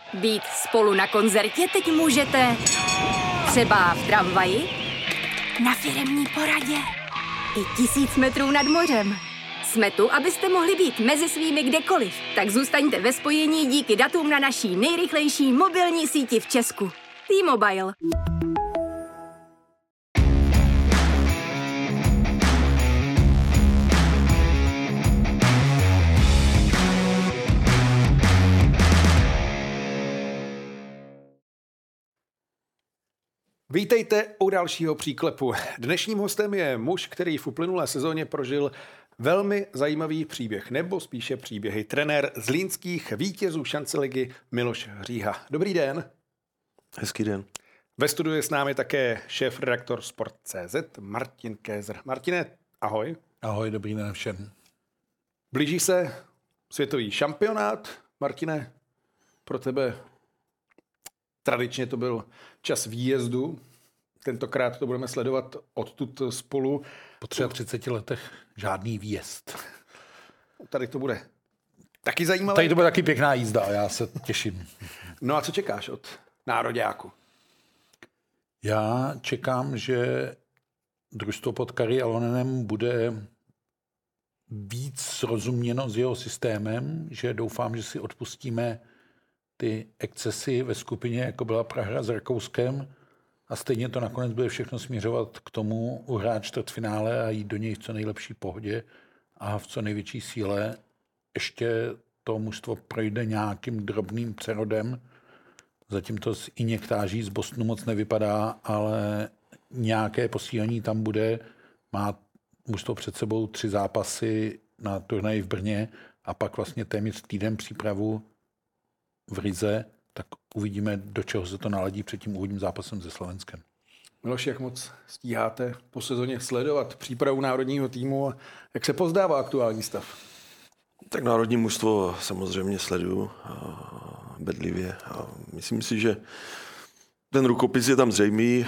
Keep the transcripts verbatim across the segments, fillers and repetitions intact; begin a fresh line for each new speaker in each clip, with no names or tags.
Být spolu na koncertě teď můžete třeba v tramvaji, na firemní poradě i tisíc metrů nad mořem. Jsme tu, abyste mohli být mezi svými kdekoliv. Tak zůstaňte ve spojení díky datům na naší nejrychlejší mobilní síti v Česku. T-Mobile.
Vítejte u dalšího příklepu. Dnešním hostem je muž, který v uplynulé sezóně prožil velmi zajímavý příběh, nebo spíše příběhy. Trenér zlínských vítězů šanceligy Miloš Říha. Dobrý den.
Hezký den.
Ve studiu je s námi také šéf-redaktor Sport tečka cé zet Martin Kézer. Martine, ahoj.
Ahoj, dobrý den všem.
Blíží se světový šampionát. Martine, pro tebe tradičně to byl čas výjezdu. Tentokrát to budeme sledovat odtud spolu.
Po třiceti třech letech žádný výjezd.
Tady to bude taky zajímavé.
Tady to bude taky pěkná jízda a já se těším.
No a co čekáš od nároďáku?
Já čekám, že družstvo pod Kari Alonenem bude víc srozuměno s jeho systémem, že doufám, že si odpustíme ty excesy ve skupině, jako byla Prahra s Rakouskem, a stejně to nakonec bude všechno směřovat k tomu uhrát čtvrtfinále a jít do něj v co nejlepší pohodě a v co největší síle. Ještě to mužstvo projde nějakým drobným přerodem. Zatím to z injektáží z Bostonu moc nevypadá, ale nějaké posílení tam bude. Má mužstvo před sebou tři zápasy na turnaji v Brně a pak vlastně téměř týden přípravu v Rize, tak uvidíme, do čeho se to naladí před tím úvodním zápasem se Slovenskem.
Miloš, jak moc stíháte po sezóně sledovat přípravu národního týmu a jak se pozdává aktuální stav?
Tak národní mužstvo samozřejmě sleduju bedlivě. A myslím si, že ten rukopis je tam zřejmý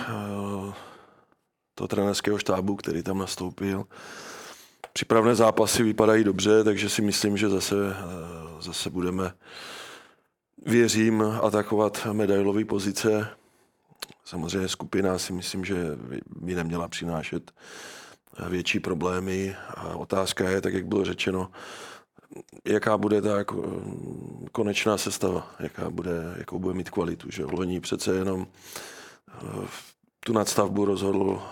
toho trenérského štábu, který tam nastoupil. Přípravné zápasy vypadají dobře, takže si myslím, že zase, zase budeme, věřím, atakovat medailové pozice. Samozřejmě skupina si myslím, že by neměla přinášet větší problémy. A otázka je, tak jak bylo řečeno, jaká bude ta konečná sestava, jaká bude, jakou bude mít kvalitu. Že? Loni přece jenom tu nadstavbu rozhodl,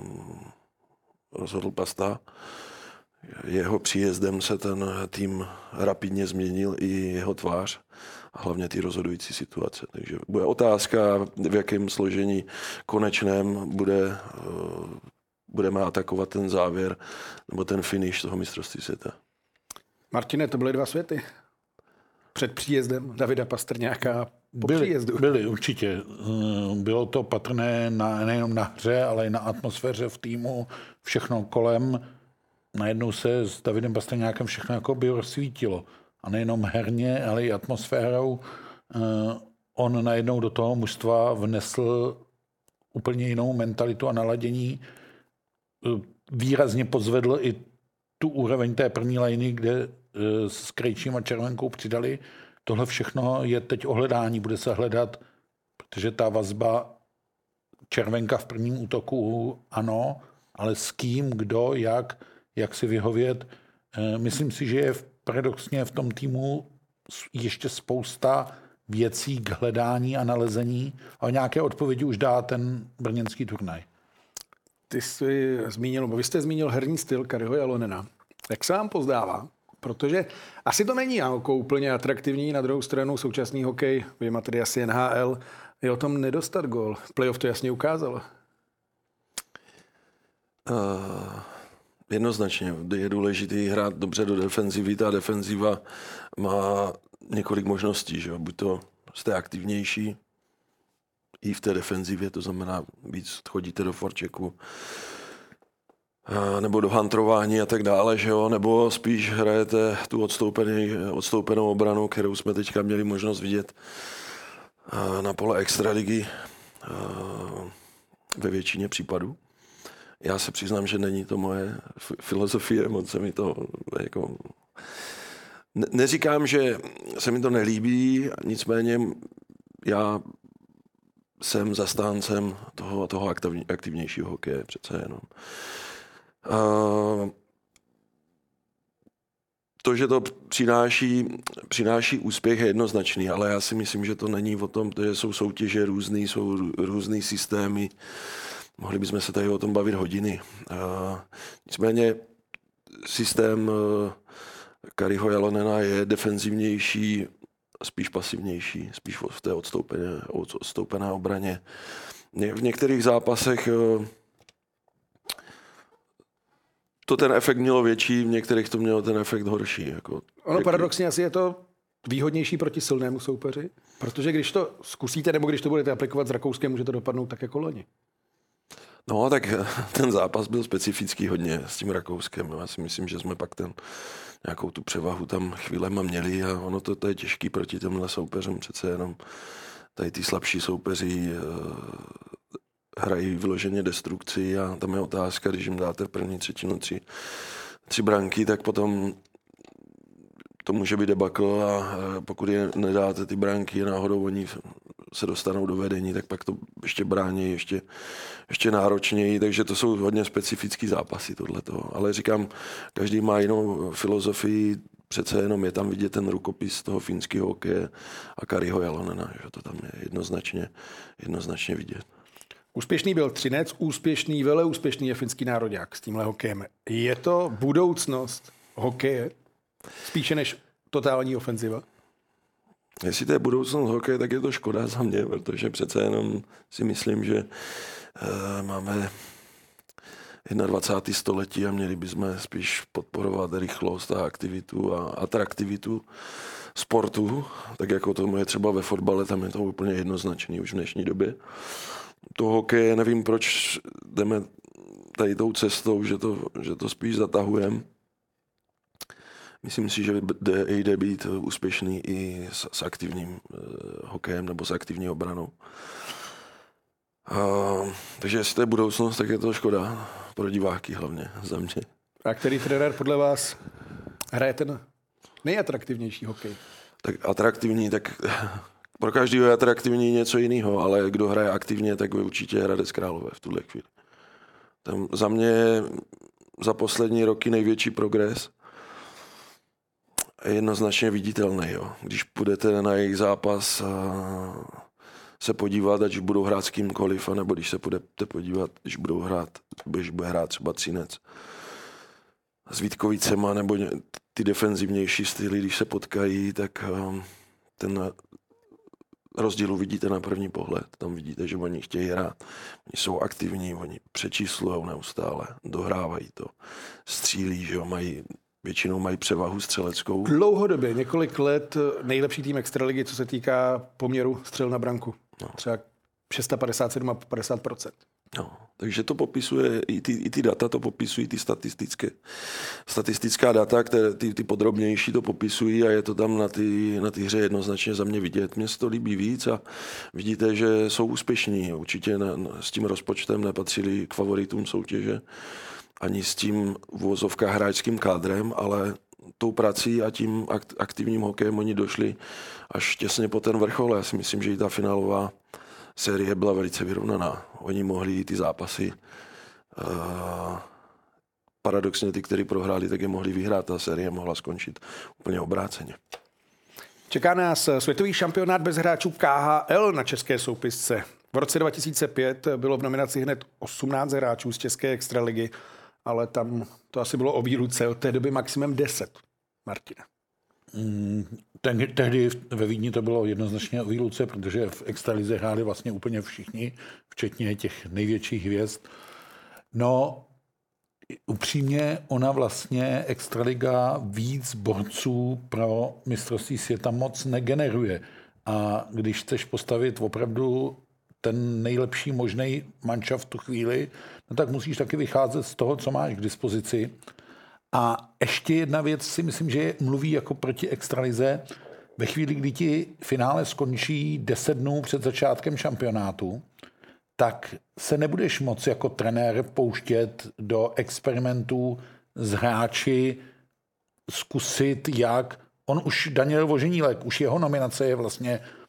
rozhodl Pasta. Jeho příjezdem se ten tým rapidně změnil i jeho tvář a hlavně ty rozhodující situace. Takže bude otázka, v jakém složení konečném bude, budeme atakovat ten závěr nebo ten finish toho mistrovství světa.
Martine, to byly dva světy.
Před příjezdem Davida Pastrňáka po
byly,
příjezdu.
Byly, určitě. Bylo to patrné na, nejenom na hře, ale i na atmosféře v týmu, všechno kolem. Najednou se s Davidem Pastrňákem všechno jako by rozsvítilo. A nejenom herně, ale i atmosférou. On najednou do toho mužstva vnesl úplně jinou mentalitu a naladění. Výrazně pozvedl i tu úroveň té první lajny, kde s Krejčím a Červenkou přidali. Tohle všechno je teď ohledání, bude se hledat, protože ta vazba Červenka v prvním útoku, ano, ale s kým, kdo, jak, jak si vyhovět. Myslím si, že je paradoxně v tom týmu ještě spousta věcí k hledání a nalezení, ale nějaké odpovědi už dá ten brněnský turnaj.
Ty jsi zmínil, nebo vy jste zmínil herní styl Kariho Jalonena. Jak se vám pozdává? Protože asi to není jako úplně atraktivní, na druhou stranu současný hokej, vy máte tady asi N H L, je o tom nedostat gól. Playoff to jasně ukázalo.
Uh, jednoznačně. Je důležité hrát dobře do defenzivy. Ta defenziva má několik možností. Že? Buď to jste aktivnější i v té defenzivě, to znamená víc chodíte do forčeku, nebo do hantrování a tak dále, že jo? Nebo spíš hrajete tu odstoupenou obranu, kterou jsme teďka měli možnost vidět na pole extraligy ve většině případů. Já se přiznám, že není to moje filozofie, moc se mi to jako... Neříkám, že se mi to nelíbí, nicméně já jsem zastáncem toho, toho aktivní, aktivnějšího hokeje přece jenom. Uh, to, že to přináší, přináší úspěch, je jednoznačný, ale já si myslím, že to není o tom, že jsou soutěže různý, jsou různý systémy. Mohli bychom se tady o tom bavit hodiny. Uh, nicméně systém uh, Kariho Jalonena je defenzivnější, spíš pasivnější, spíš v té odstoupené, odstoupené obraně. V některých zápasech uh, to ten efekt mělo větší, v některých to mělo ten efekt horší. Jako,
ono paradoxně asi je to výhodnější proti silnému soupeři, protože když to zkusíte, nebo když to budete aplikovat s Rakouskem, může to dopadnout tak jako loni.
No, tak ten zápas byl specifický hodně s tím Rakouskem. Já si myslím, že jsme pak ten nějakou tu převahu tam chvílema měli a ono to, to je těžký proti těmhle soupeřům. Přece jenom tady ty slabší soupeři hrají vyloženě destrukci a tam je otázka, když jim dáte v první třetinu tři, tři branky, tak potom to může být debakl a pokud je nedáte ty branky a náhodou oni se dostanou do vedení, tak pak to ještě brání ještě, ještě náročněji, takže to jsou hodně specifický zápasy tohleto. Ale říkám, každý má jinou filozofii, přece jenom je tam vidět ten rukopis toho finského hokeje a Kariho Jalonena, že to tam je jednoznačně, jednoznačně vidět.
Úspěšný byl Třinec, úspěšný, veleúspěšný je finský nároďák s tímhle hokejem. Je to budoucnost hokeje spíše než totální ofenziva?
Jestli to je budoucnost hokeje, tak je to škoda za mě, protože přece jenom si myslím, že e, máme dvacátého prvního století a měli bychom spíš podporovat rychlost a aktivitu a atraktivitu sportu, tak jako tomu je třeba ve fotbale, tam je to úplně jednoznačný už v dnešní době. To hokeje, nevím, proč jdeme tady tou cestou, že to, že to spíš zatahujeme. Myslím si, že jde, jde být úspěšný i s, s aktivním uh, hokejem nebo s aktivní obranou. Uh, takže jestli to je budoucnost, tak je to škoda pro diváky hlavně za mě.
A který trenér podle vás hraje ten nejatraktivnější hokej?
Tak atraktivní, tak pro každého je atraktivní něco jiného, ale kdo hraje aktivně, tak určitě Hradec Králové v tuhle chvíli. Tam za mě je za poslední roky největší progres. Je jednoznačně viditelný. Jo. Když půjdete na jejich zápas a se podívat, ať budou hrát s kýmkoliv, anebo když se budete podívat, když budou hrát, když bude hrát třeba Třinec s Vítkovicema, nebo ty defenzivnější styly, když se potkají, tak ten rozdíl uvidíte na první pohled. Tam vidíte, že oni chtějí hrát. Oni jsou aktivní, oni přečíslujou neustále, dohrávají to, střílí, že jo, mají většinou mají převahu střeleckou.
Dlouhodobě, několik let nejlepší tým extraligy, co se týká poměru střel na branku. No. Třeba padesát šest, sedm a padesát procent.
No, takže to popisuje, i ty, i ty data to popisují, ty statistické, statistická data, které ty, ty podrobnější to popisují a je to tam na ty, na ty hře jednoznačně za mě vidět. Mně se to líbí víc a vidíte, že jsou úspěšní. Určitě na, s tím rozpočtem nepatřili k favoritům soutěže, ani s tím v uvozovkách hráčským kádrem, ale tou prací a tím aktivním hokejem oni došli až těsně po ten vrchol. Já si myslím, že i ta finálová série byla velice vyrovnaná. Oni mohli ty zápasy, uh, paradoxně ty, kteří prohráli, tak je mohli vyhrát. Ta série mohla skončit úplně obráceně.
Čeká nás světový šampionát bez hráčů K H L na české soupisce. V roce dva tisíce pět bylo v nominaci hned osmnáct hráčů z české extraligy, ale tam to asi bylo o výruce, od té doby maximum deset. Martina.
Ten, tehdy ve Vídni to bylo jednoznačně o výluce, protože v extralize hráli vlastně úplně všichni, včetně těch největších hvězd. No, upřímně, ona vlastně extraliga víc borců pro mistrovství světa moc negeneruje. A když chceš postavit opravdu ten nejlepší možný manšaft v tu chvíli, no tak musíš taky vycházet z toho, co máš k dispozici. A ještě jedna věc si myslím, že mluví jako proti extralize. Ve chvíli, kdy ti finále skončí deset dnů před začátkem šampionátu, tak se nebudeš moc jako trenér pouštět do experimentů s hráči, zkusit jak. On už, Daniel Voženílek, už jeho nominace je vlastně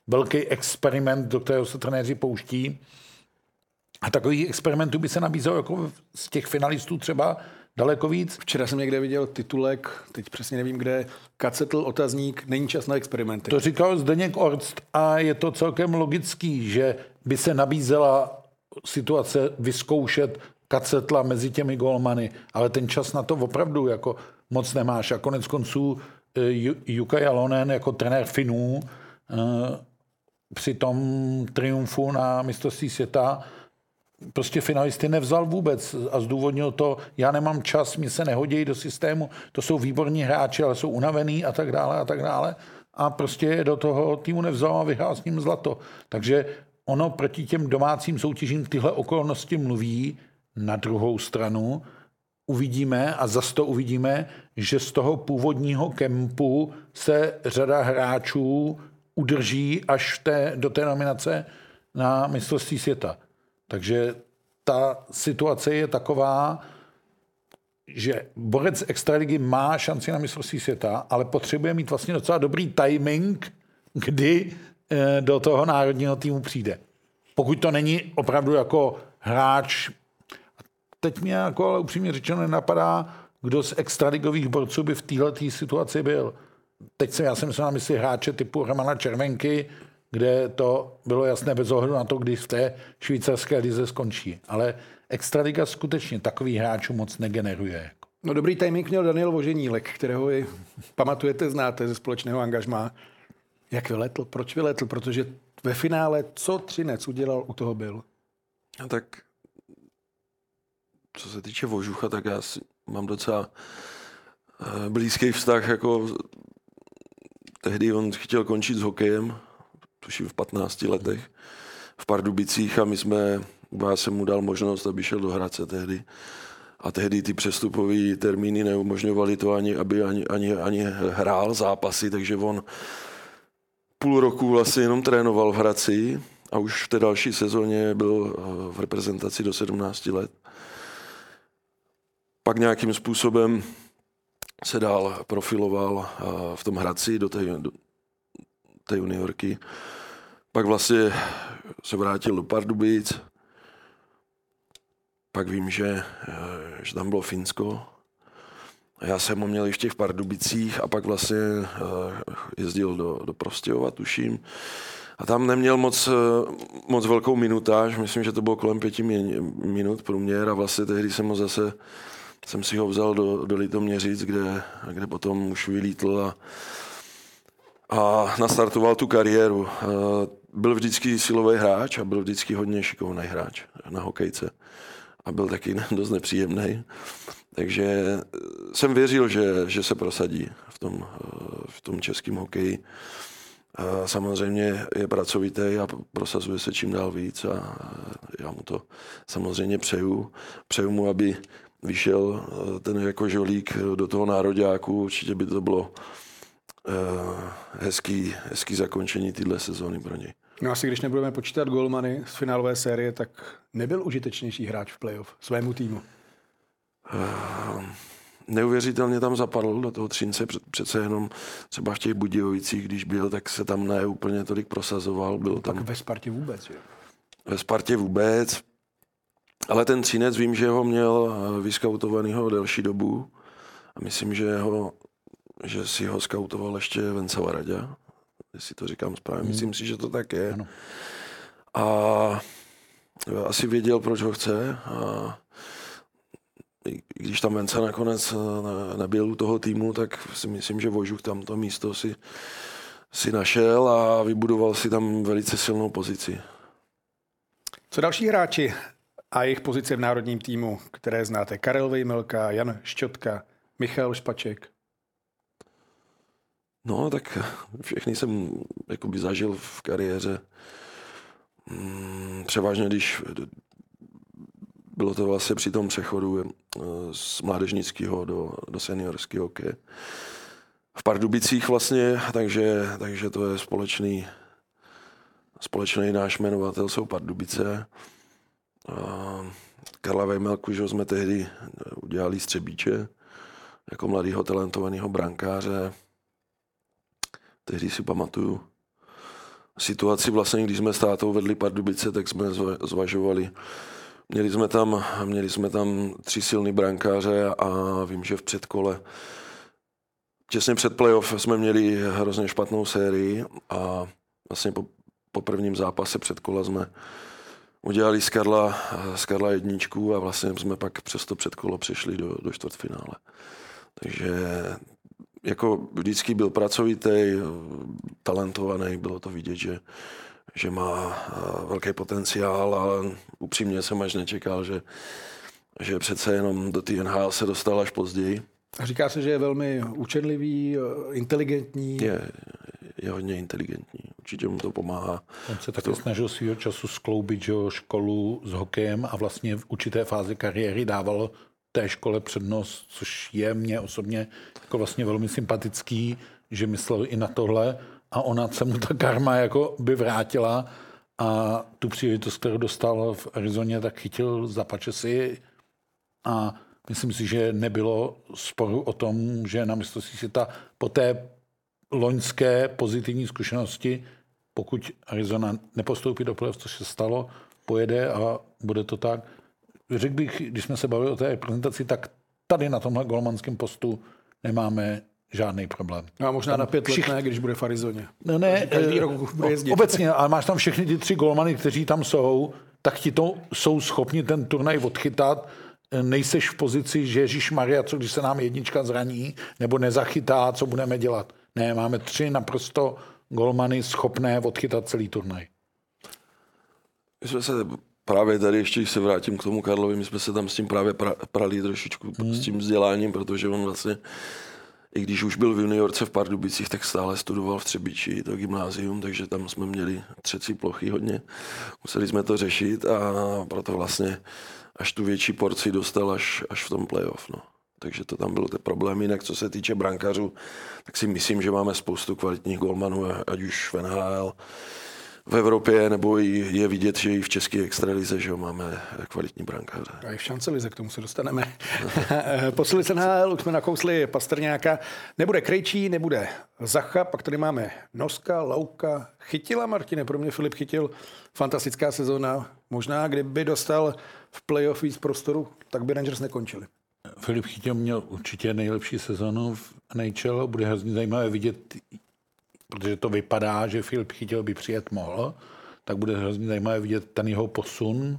velký experiment, do kterého se trenéři pouští. A takových experimentů by se nabízelo jako z těch finalistů třeba daleko víc.
Včera jsem někde viděl titulek, teď přesně nevím kde, Kacetl, otazník, není čas na experimenty.
To říkal Zdeněk Orst a je to celkem logický, že by se nabízela situace vyzkoušet Kacetla mezi těmi golmany, ale ten čas na to opravdu jako moc nemáš. A konec konců Jukka Jalonen jako trenér Finů při tom triumfu na mistrovství světa prostě finalisty nevzal vůbec a zdůvodnil to, já nemám čas, mi se nehodí do systému, to jsou výborní hráči, ale jsou unavený a tak dále a tak dále. A prostě do toho týmu nevzal a vyhrál s ním zlato. Takže ono proti těm domácím soutěžím tyhle okolnosti mluví. Na druhou stranu uvidíme a zas to uvidíme, že z toho původního kempu se řada hráčů udrží až v té, do té nominace na mistrovství světa. Takže ta situace je taková, že borec extraligy má šanci na mistrovství světa, ale potřebuje mít vlastně docela dobrý timing, kdy do toho národního týmu přijde. Pokud to není opravdu jako hráč, teď mě jako ale upřímně řečeno nenapadá, kdo z extraligových borců by v této situaci byl. Teď jsem, já jsem se na mysli hráče typu Romana Červenky, kde to bylo jasné bez ohledu na to, když v té švýcarské lize skončí. Ale extraliga skutečně takový hráčů moc negeneruje.
No dobrý timing měl Daniel Voženílek, kterého i pamatujete, znáte ze společného angažmá. Jak vyletl? Proč vyletl? Protože ve finále co Třinec udělal, u toho byl.
No tak co se týče Vožucha, tak já si mám docela blízký vztah. Jako tehdy on chtěl končit s hokejem, tuším v patnácti letech, v Pardubicích a my jsme, já jsem mu dal možnost, aby šel do Hradce tehdy. A tehdy ty přestupové termíny neumožňovaly to, ani, aby ani, ani, ani hrál zápasy, takže on půl roku vlastně jenom trénoval v Hradci a už v té další sezóně byl v reprezentaci do sedmnácti let. Pak nějakým způsobem se dál profiloval v tom Hradci do té, do té juniorky. Pak vlastně se vrátil do Pardubic. Pak vím, že, že tam bylo Finsko. A já jsem ho měl ještě v Pardubicích a pak vlastně jezdil do, do Prostějova, tuším. A tam neměl moc, moc velkou minutáž, myslím, že to bylo kolem pěti minut průměr a vlastně tehdy jsem ho zase, jsem si ho vzal do, do Litoměřic, kde, kde potom už vylítl a, a nastartoval tu kariéru. Byl vždycky silový hráč a byl vždycky hodně šikovný hráč na hokejce. A byl taky dost nepříjemný. Takže jsem věřil, že, že se prosadí v tom, v tom českém hokeji. A samozřejmě je pracovitý a prosazuje se čím dál víc a já mu to samozřejmě přeju. Přeju mu, aby vyšel ten jako žolík do toho nároďáku. Určitě by to bylo hezký, hezký zakončení téhle sezóny pro něj.
No asi když nebudeme počítat golmany z finálové série, tak nebyl užitečnější hráč v playoff svému týmu.
Uh, neuvěřitelně tam zapadl do toho Třince, přece jenom třeba v těch Budějovicích, když byl, tak se tam ne úplně tolik prosazoval. Byl tam
tak ve Spartě vůbec, že?
Ve Spartě vůbec, ale ten Třinec vím, že ho měl vyskautovanýho delší dobu a myslím, že, ho, že si ho skautoval ještě Vencela Raďa, jestli to říkám správně. Hmm. Myslím si, že to tak je. Ano. A asi věděl, proč ho chce. A když tam Venca nakonec nebyl u toho týmu, tak si myslím, že Vožuch tam to místo si, si našel a vybudoval si tam velice silnou pozici.
Co další hráči a jejich pozice v národním týmu, které znáte? Karel Vejmelka, Jan Šťotka, Michal Špaček.
No, tak všechny jsem jakoby zažil v kariéře. Převážně, když bylo to vlastně při tom přechodu z mládežnického do, do seniorského hokeje. V Pardubicích vlastně, takže, takže to je společný, společný náš jmenovatel, jsou Pardubice. Karla Vejmelku, že jsme tehdy udělali Střebíče jako mladýho talentovaného brankáře. Tehdy si pamatuju, situaci vlastně, když jsme s tátou vedli Pardubice, tak jsme zvažovali. Měli jsme tam, měli jsme tam tři silný brankáře a vím, že v předkole těsně před playoff jsme měli hrozně špatnou sérii a vlastně po, po prvním zápase předkola jsme udělali z Karla, z Karla jedničku a vlastně jsme pak přes to předkolo přešli do, do čtvrtfinále. Takže jako vždycky byl pracovitý, talentovaný, bylo to vidět, že, že má velký potenciál, ale upřímně jsem až nečekal, že, že přece jenom do té N H L se dostal až později.
A říká se, že je velmi učenlivý, inteligentní.
Je, je hodně inteligentní. Určitě mu to pomáhá.
On se taky snažil svýho času skloubit, že školu s hokejem a vlastně v určité fázi kariéry dával té škole přednost, což je mně osobně jako vlastně velmi sympatický, že myslel i na tohle a ona se mu ta karma jako by vrátila a tu příležitost, kterou dostal v Arizoně, tak chytil za pačesy a myslím si, že nebylo sporu o tom, že na mistrovství světa po té loňské pozitivní zkušenosti, pokud Arizona nepostoupí do playoff, což se stalo, pojede a bude to tak. Řekl bych, když jsme se bavili o té prezentaci, tak tady na tomhle golmanském postu nemáme žádný problém.
No a možná tam na pět všich... let ne, když bude v Arizoně.
No ne,
každý rok bude jezdit.
Obecně, ale máš tam všechny ty tři golmany, kteří tam jsou, tak ti to jsou schopni ten turnaj odchytat. Nejseš v pozici, že ježišmarja, co když se nám jednička zraní, nebo nezachytá, co budeme dělat. Ne, máme tři naprosto golmany schopné odchytat celý turnaj.
My jsme se právě tady, ještě když se vrátím k tomu Karlovi, my jsme se tam s tím právě pra, prali trošičku hmm. s tím vzděláním, protože on vlastně, i když už byl v juniorce v Pardubicích, tak stále studoval v Třebíči, to gymnázium, takže tam jsme měli třecí plochy hodně. Museli jsme to řešit a proto vlastně až tu větší porci dostal až, až v tom playoff. No. Takže to tam bylo ty problémy. Jinak co se týče brankařů, tak si myslím, že máme spoustu kvalitních golmanů, ať už v N H L, v Evropě, nebo je vidět, že i v české extralize, že máme kvalitní brankáře.
A i v šancelize, k tomu se dostaneme. Poslední N H L, už jsme nakousli Pastrňáka. Nebude Krejčí, nebude Zacha, pak tady máme Noska, Lauka, Chytila, Martine, pro mě Filip Chytil, fantastická sezóna. Možná, kdyby dostal v playoff víc prostoru, tak by Rangers nekončili.
Filip Chytil měl určitě nejlepší sezónu v N H L, bude hrozně zajímavé vidět, protože to vypadá, že Filip Chytil by přijet mohl, tak bude hrozně zajímavé vidět ten jeho posun,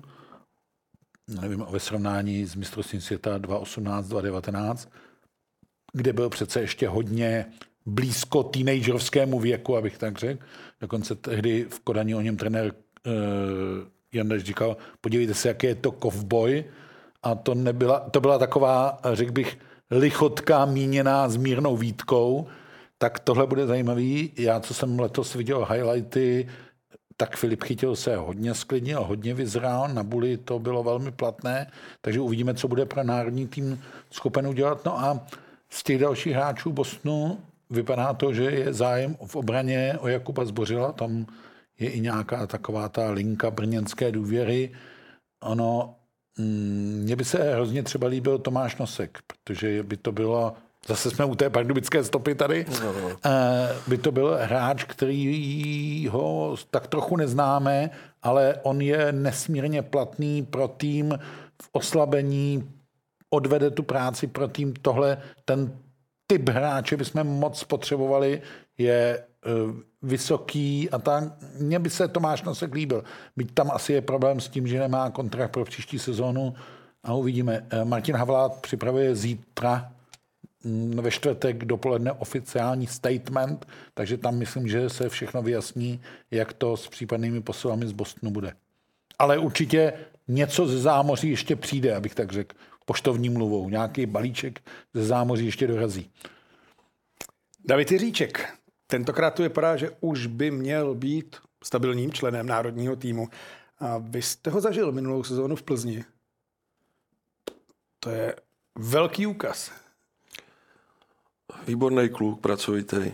nevím, ve srovnání s mistrovstvím světa dva osmnáct dva devatenáct, kde byl přece ještě hodně blízko teenagerovskému věku, abych tak řekl. Dokonce tehdy v Kodani o něm trenér uh, Jandaš říkal, podívejte se, jaký je to kovboj. A to, nebyla, to byla taková, řekl bych, lichotka míněná s mírnou výtkou. Tak tohle bude zajímavý. Já, co jsem letos viděl highlighty, tak Filip Chytil se hodně sklidnil, hodně vyzrál. Na Buli to bylo velmi platné, takže uvidíme, co bude pro národní tým schopen udělat. No a z těch dalších hráčů Bostonu vypadá to, že je zájem v obraně o Jakuba Zbořila. Tam je i nějaká taková ta linka brněnské důvěry. Ono, mně by se hrozně třeba líbil Tomáš Nosek, protože by to bylo, zase jsme u té pardubické stopy tady, no, no. by to byl hráč, který ho tak trochu neznáme, ale on je nesmírně platný pro tým v oslabení, odvede tu práci pro tým. Tohle, ten typ hráče bychom moc potřebovali, je vysoký a tak. Mně by se Tomáš Nosek líbil. Byť tam asi je problém s tím, že nemá kontrakt pro příští sezónu a uvidíme. Martin Havlát připravuje zítra ve čtvrtek dopoledne oficiální statement, takže tam myslím, že se všechno vyjasní, jak to s případnými posilami z Bostonu bude. Ale určitě něco ze zámoří ještě přijde, abych tak řekl, poštovní mluvou. Nějaký balíček ze zámoří ještě dorazí.
David Jiříček. Tentokrát to vypadá, že už by měl být stabilním členem národního týmu. A vy jste ho zažil minulou sezónu v Plzni. To je velký úkaz.
Výborný kluk, pracovitý.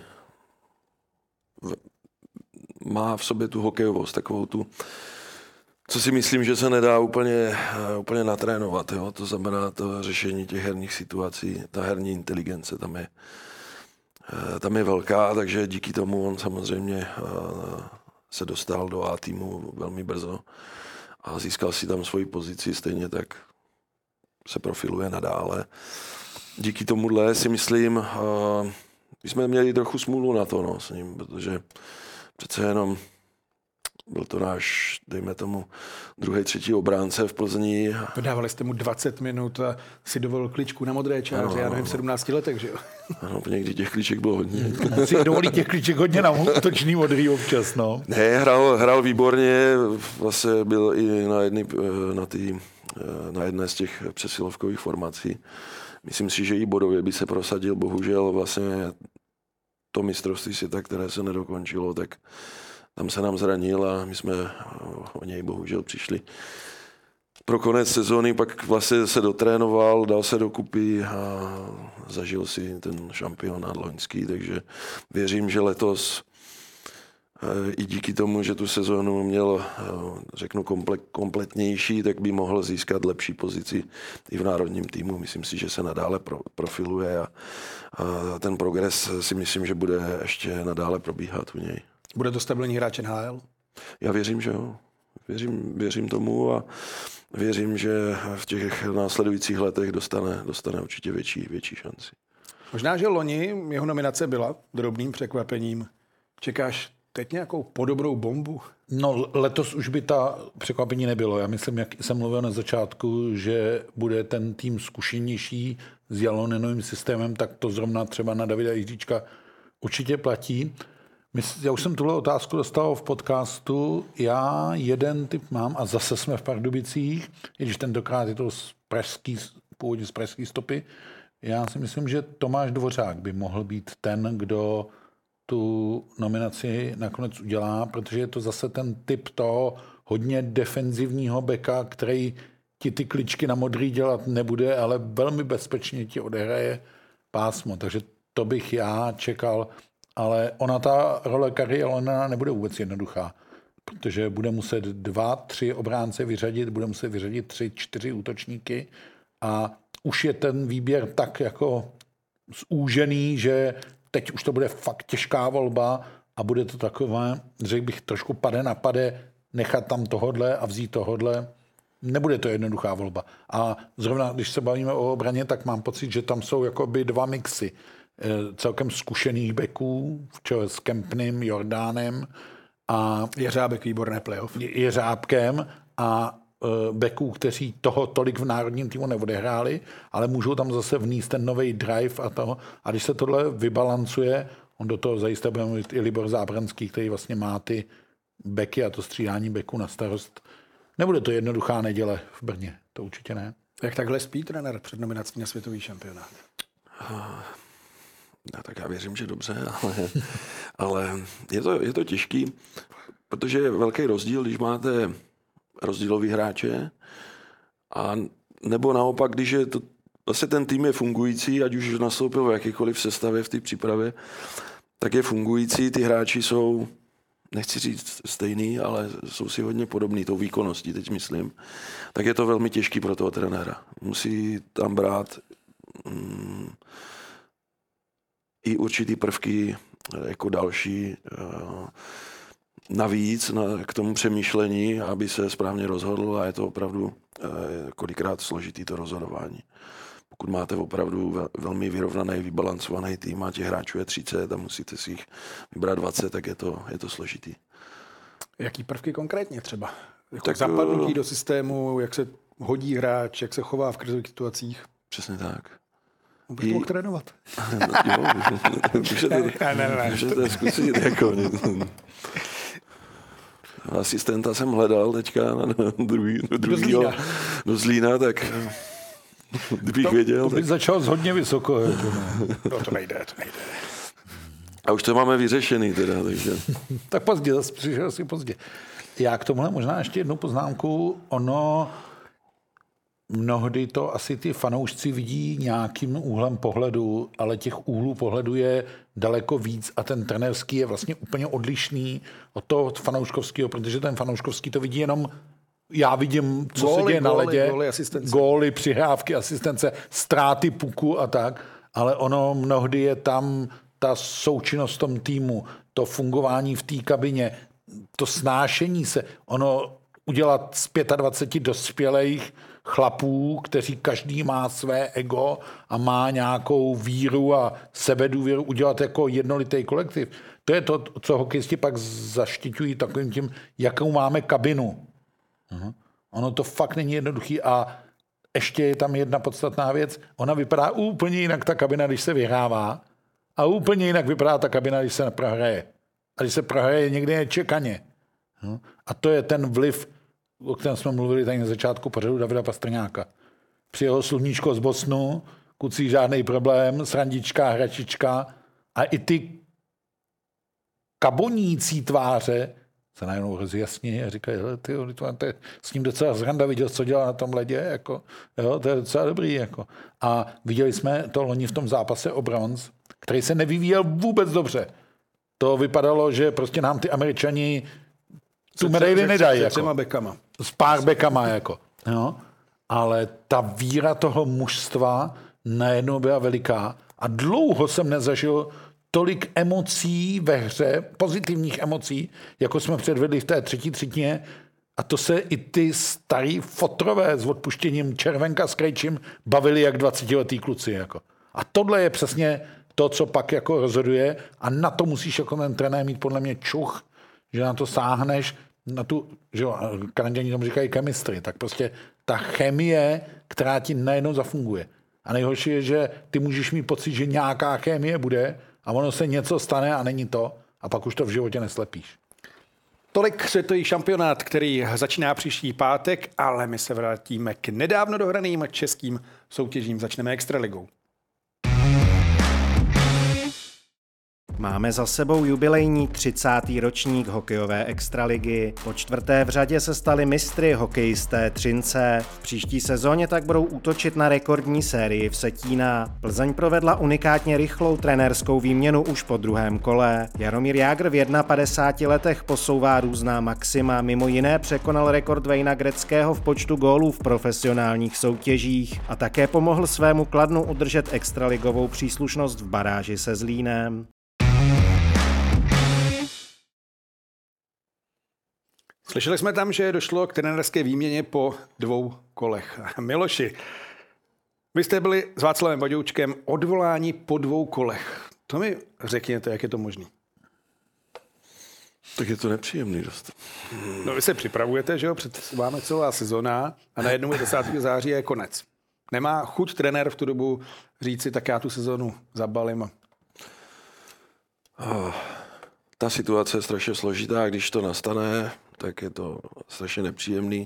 Má v sobě tu hokejovost, takovou tu, co si myslím, že se nedá úplně, úplně natrénovat. Jo? To znamená to řešení těch herních situací, ta herní inteligence tam je. Tam je velká, takže díky tomu on samozřejmě se dostal do A týmu velmi brzo a získal si tam svoji pozici, stejně tak se profiluje nadále. Díky tomuhle si myslím, uh, jsme měli trochu smůlu na to, no, s ním, protože přece jenom byl to náš, dejme tomu, druhý, třetí obránce v Plzni.
Dávali jste mu dvacet minut a si dovolil kličku na modré čáře, já nevím, v sedmnácti letech, že jo?
Ano, někdy těch kliček bylo hodně.
Si dovolí těch kliček hodně na útočný modrý občas, no.
Ne, hrál, hrál výborně, vlastně byl i na, jedný, na, tý, na jedné z těch přesilovkových formací. Myslím si, že i bodově by se prosadil, bohužel vlastně to mistrovství světa, které se nedokončilo, tak tam se nám zranil a my jsme o něj bohužel přišli. Pro konec sezóny pak vlastně se dotrénoval, dal se dokupy a zažil si ten šampionát loňský, takže věřím, že letos i díky tomu, že tu sezónu měl, řeknu, kompletnější, tak by mohl získat lepší pozici i v národním týmu. Myslím si, že se nadále pro, profiluje a, a ten progres si myslím, že bude ještě nadále probíhat u něj.
Bude to stabilní hráč N H L?
Já věřím, že jo. Věřím, věřím tomu a věřím, že v těch následujících letech dostane, dostane určitě větší, větší šanci.
Možná, že loni jeho nominace byla drobným překvapením. Čekáš teď nějakou podobnou bombu?
No, letos už by ta překvapení nebylo. Já myslím, jak jsem mluvil na začátku, že bude ten tým zkušenější s Jalonenovým systémem, tak to zrovna třeba na Davida Jiříčka určitě platí. Já už jsem tuhle otázku dostal v podcastu. Já jeden typ mám a zase jsme v Pardubicích, i když tentokrát je to z pražský, původně z pražský stopy. Já si myslím, že Tomáš Dvořák by mohl být ten, kdo tu nominaci nakonec udělá, protože je to zase ten typ toho hodně defenzivního beka, který ti ty kličky na modrý dělat nebude, ale velmi bezpečně ti odehraje pásmo. Takže to bych já čekal. Ale ona, ta role Kari Alonena nebude vůbec jednoduchá, protože bude muset dva, tři obránce vyřadit, bude muset vyřadit tři, čtyři útočníky a už je ten výběr tak jako zúžený, že teď už to bude fakt těžká volba a bude to takové, řekl bych, trošku pade na pade, nechat tam tohodle a vzít tohodle. Nebude to jednoduchá volba. A zrovna, když se bavíme o obraně, tak mám pocit, že tam jsou jakoby dva mixy. Celkem zkušených beků, v čele s Kempným, Jordánem a
Jeřábek výborné playoff.
Jeřábkem a beků, kteří toho tolik v národním týmu neodehráli, ale můžou tam zase vníst ten nový drive a toho. A když se tohle vybalancuje, on do toho zajisté bude mluvit i Libor Zábranský, který vlastně má ty beky a to střídání beků na starost. Nebude to jednoduchá neděle v Brně, to určitě ne.
Jak takhle spí trenér před nominací na světový šampionát?
No, tak já věřím, že dobře, ale, ale je, to, je to těžký, protože je velký rozdíl, když máte rozdílový hráče a nebo naopak, když je to, vlastně ten tým je fungující, ať už nastoupil v jakýkoliv sestavě v té přípravě, tak je fungující, ty hráči jsou, nechci říct stejný, ale jsou si hodně podobný tou výkonností, teď myslím, tak je to velmi těžký pro toho trenéra. Musí tam brát mm, i určitý prvky jako další navíc na, k tomu přemýšlení, aby se správně rozhodl a je to opravdu kolikrát složitý to rozhodování. Pokud máte opravdu velmi vyrovnaný, vybalancovaný tým a těch hráčů je třicet a musíte si jich vybrat dvacet, tak je to, je to složitý.
Jaký prvky konkrétně třeba? Jako
tak,
zapadnutí do systému, jak se hodí hráč, jak se chová v krizových situacích?
Přesně tak.
Můžete I... mohl trénovat.
Jo, můžete, ne, ne, ne. můžete zkusit. Jako, asistenta jsem hledal teďka na druhý, do, druhýho, do, Zlína. do Zlína, tak kdybych
to,
věděl.
To by tak... začal z hodně vysoko.
No to nejde, to nejde.
A už to máme vyřešený teda. Takže.
Tak pozdě, zase přišel si pozdě. Já k tomuhle možná ještě jednu poznámku. Ono mnohdy to asi ty fanoušci vidí nějakým úhlem pohledu, ale těch úhlů pohledu je daleko víc a ten trenérský je vlastně úplně odlišný od toho fanouškovského, protože ten fanouškovský to vidí jenom, já vidím, co góly, se děje góly, na ledě, góly, góly, přihrávky, asistence, ztráty puku a tak, ale ono mnohdy je tam ta součinnost v tom týmu, to fungování v té kabině. to snášení se, ono udělat z dvacet pět dospělých chlapů, kteří každý má své ego a má nějakou víru a sebedůvěru, udělat jako jednolitý kolektiv. To je to, co hokejisti pak zaštiťují takovým tím, jakou máme kabinu. Uh-huh. Ono to fakt není jednoduchý a ještě je tam jedna podstatná věc. Ona vypadá úplně jinak ta kabina, když se vyhrává a úplně jinak vypadá ta kabina, když se prohraje. A když se prohraje někde nečekaně. Uh-huh. A to je ten vliv, o kterém jsme mluvili tady na začátku pořadu Davida Pastrňáka. Přijelo sluníčko z Bosnu, kucí žádný problém, srandička, hračička a i ty kabonící tváře se najednou rozjasní a říkají, hele, ty, to je s ním docela zranda, viděl, co dělá na tom ledě, jako, jo, to je docela dobrý. Jako. A viděli jsme to loni v tom zápase o bronz, který se nevyvíjel vůbec dobře. To vypadalo, že prostě nám ty Američani tu medaili nedají.
S
jako.
třema bekama.
S pár bekama, jako. Jo. Ale ta víra toho mužstva najednou byla veliká a dlouho jsem nezažil tolik emocí ve hře, pozitivních emocí, jako jsme předvedli v té třetí třetině. A to se i ty starý fotrové s odpuštěním Červenka s Krejčím bavili jak dvacetiletý kluci. Jako. A tohle je přesně to, co pak jako rozhoduje a na to musíš jako ten trenér mít podle mě čuch, že na to sáhneš, na tu, že jo, Kanaděni tomu říkají chemistry, tak prostě ta chemie, která ti najednou zafunguje. A nejhorší je, že ty můžeš mít pocit, že nějaká chemie bude a ono se něco stane a není to a pak už to v životě neslepíš.
Tolik světový šampionát, který začíná příští pátek, ale my se vrátíme k nedávno dohraným českým soutěžím. Začneme extraligou.
Máme za sebou jubilejní třicátý ročník hokejové extraligy. Po čtvrté v řadě se stali mistry hokejisté Třince. V příští sezóně tak budou útočit na rekordní sérii Vsetína. Plzeň provedla unikátně rychlou trenérskou výměnu už po druhém kole. Jaromír Jágr v padesáti jedné letech posouvá různá maxima, mimo jiné překonal rekord Wayna Gretzkého v počtu gólů v profesionálních soutěžích a také pomohl svému Kladnu udržet extraligovou příslušnost v baráži se Zlínem.
Slyšeli jsme tam, že došlo k trenérské výměně po dvou kolech. Miloši, vy jste byli s Václavem Vaďoučkem odvoláni po dvou kolech. To mi řekněte, jak je to možný.
Tak je to nepříjemný dost.
No vy se připravujete, že jo, před vámi celá sezona a najednou je desátého září je konec. Nemá chuť trenér v tu dobu říci, tak já tu sezonu zabalím.
Oh, ta situace je strašně složitá, když to nastane, tak je to strašně nepříjemný.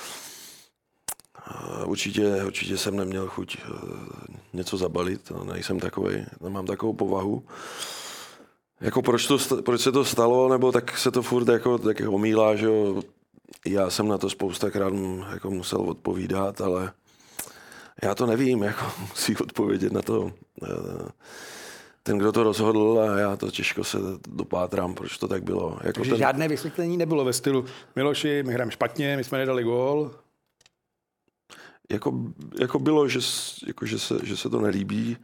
Určitě, určitě jsem neměl chuť něco zabalit, nejsem takovej, nemám takovou povahu. Jako proč, to, proč se to stalo, nebo tak se to furt jako, tak omílá, že jo. Já jsem na to spoustakrát jako musel odpovídat, ale já to nevím, jako musí odpovědět na to ten, kdo to rozhodl a já to těžko se dopátrám, proč to tak bylo. Jako
Takže
ten...
žádné vysvětlení nebylo ve stylu Miloši, my hrajeme špatně, my jsme nedali gól.
Jako, jako bylo, že, jako, že, se, že se to nelíbí,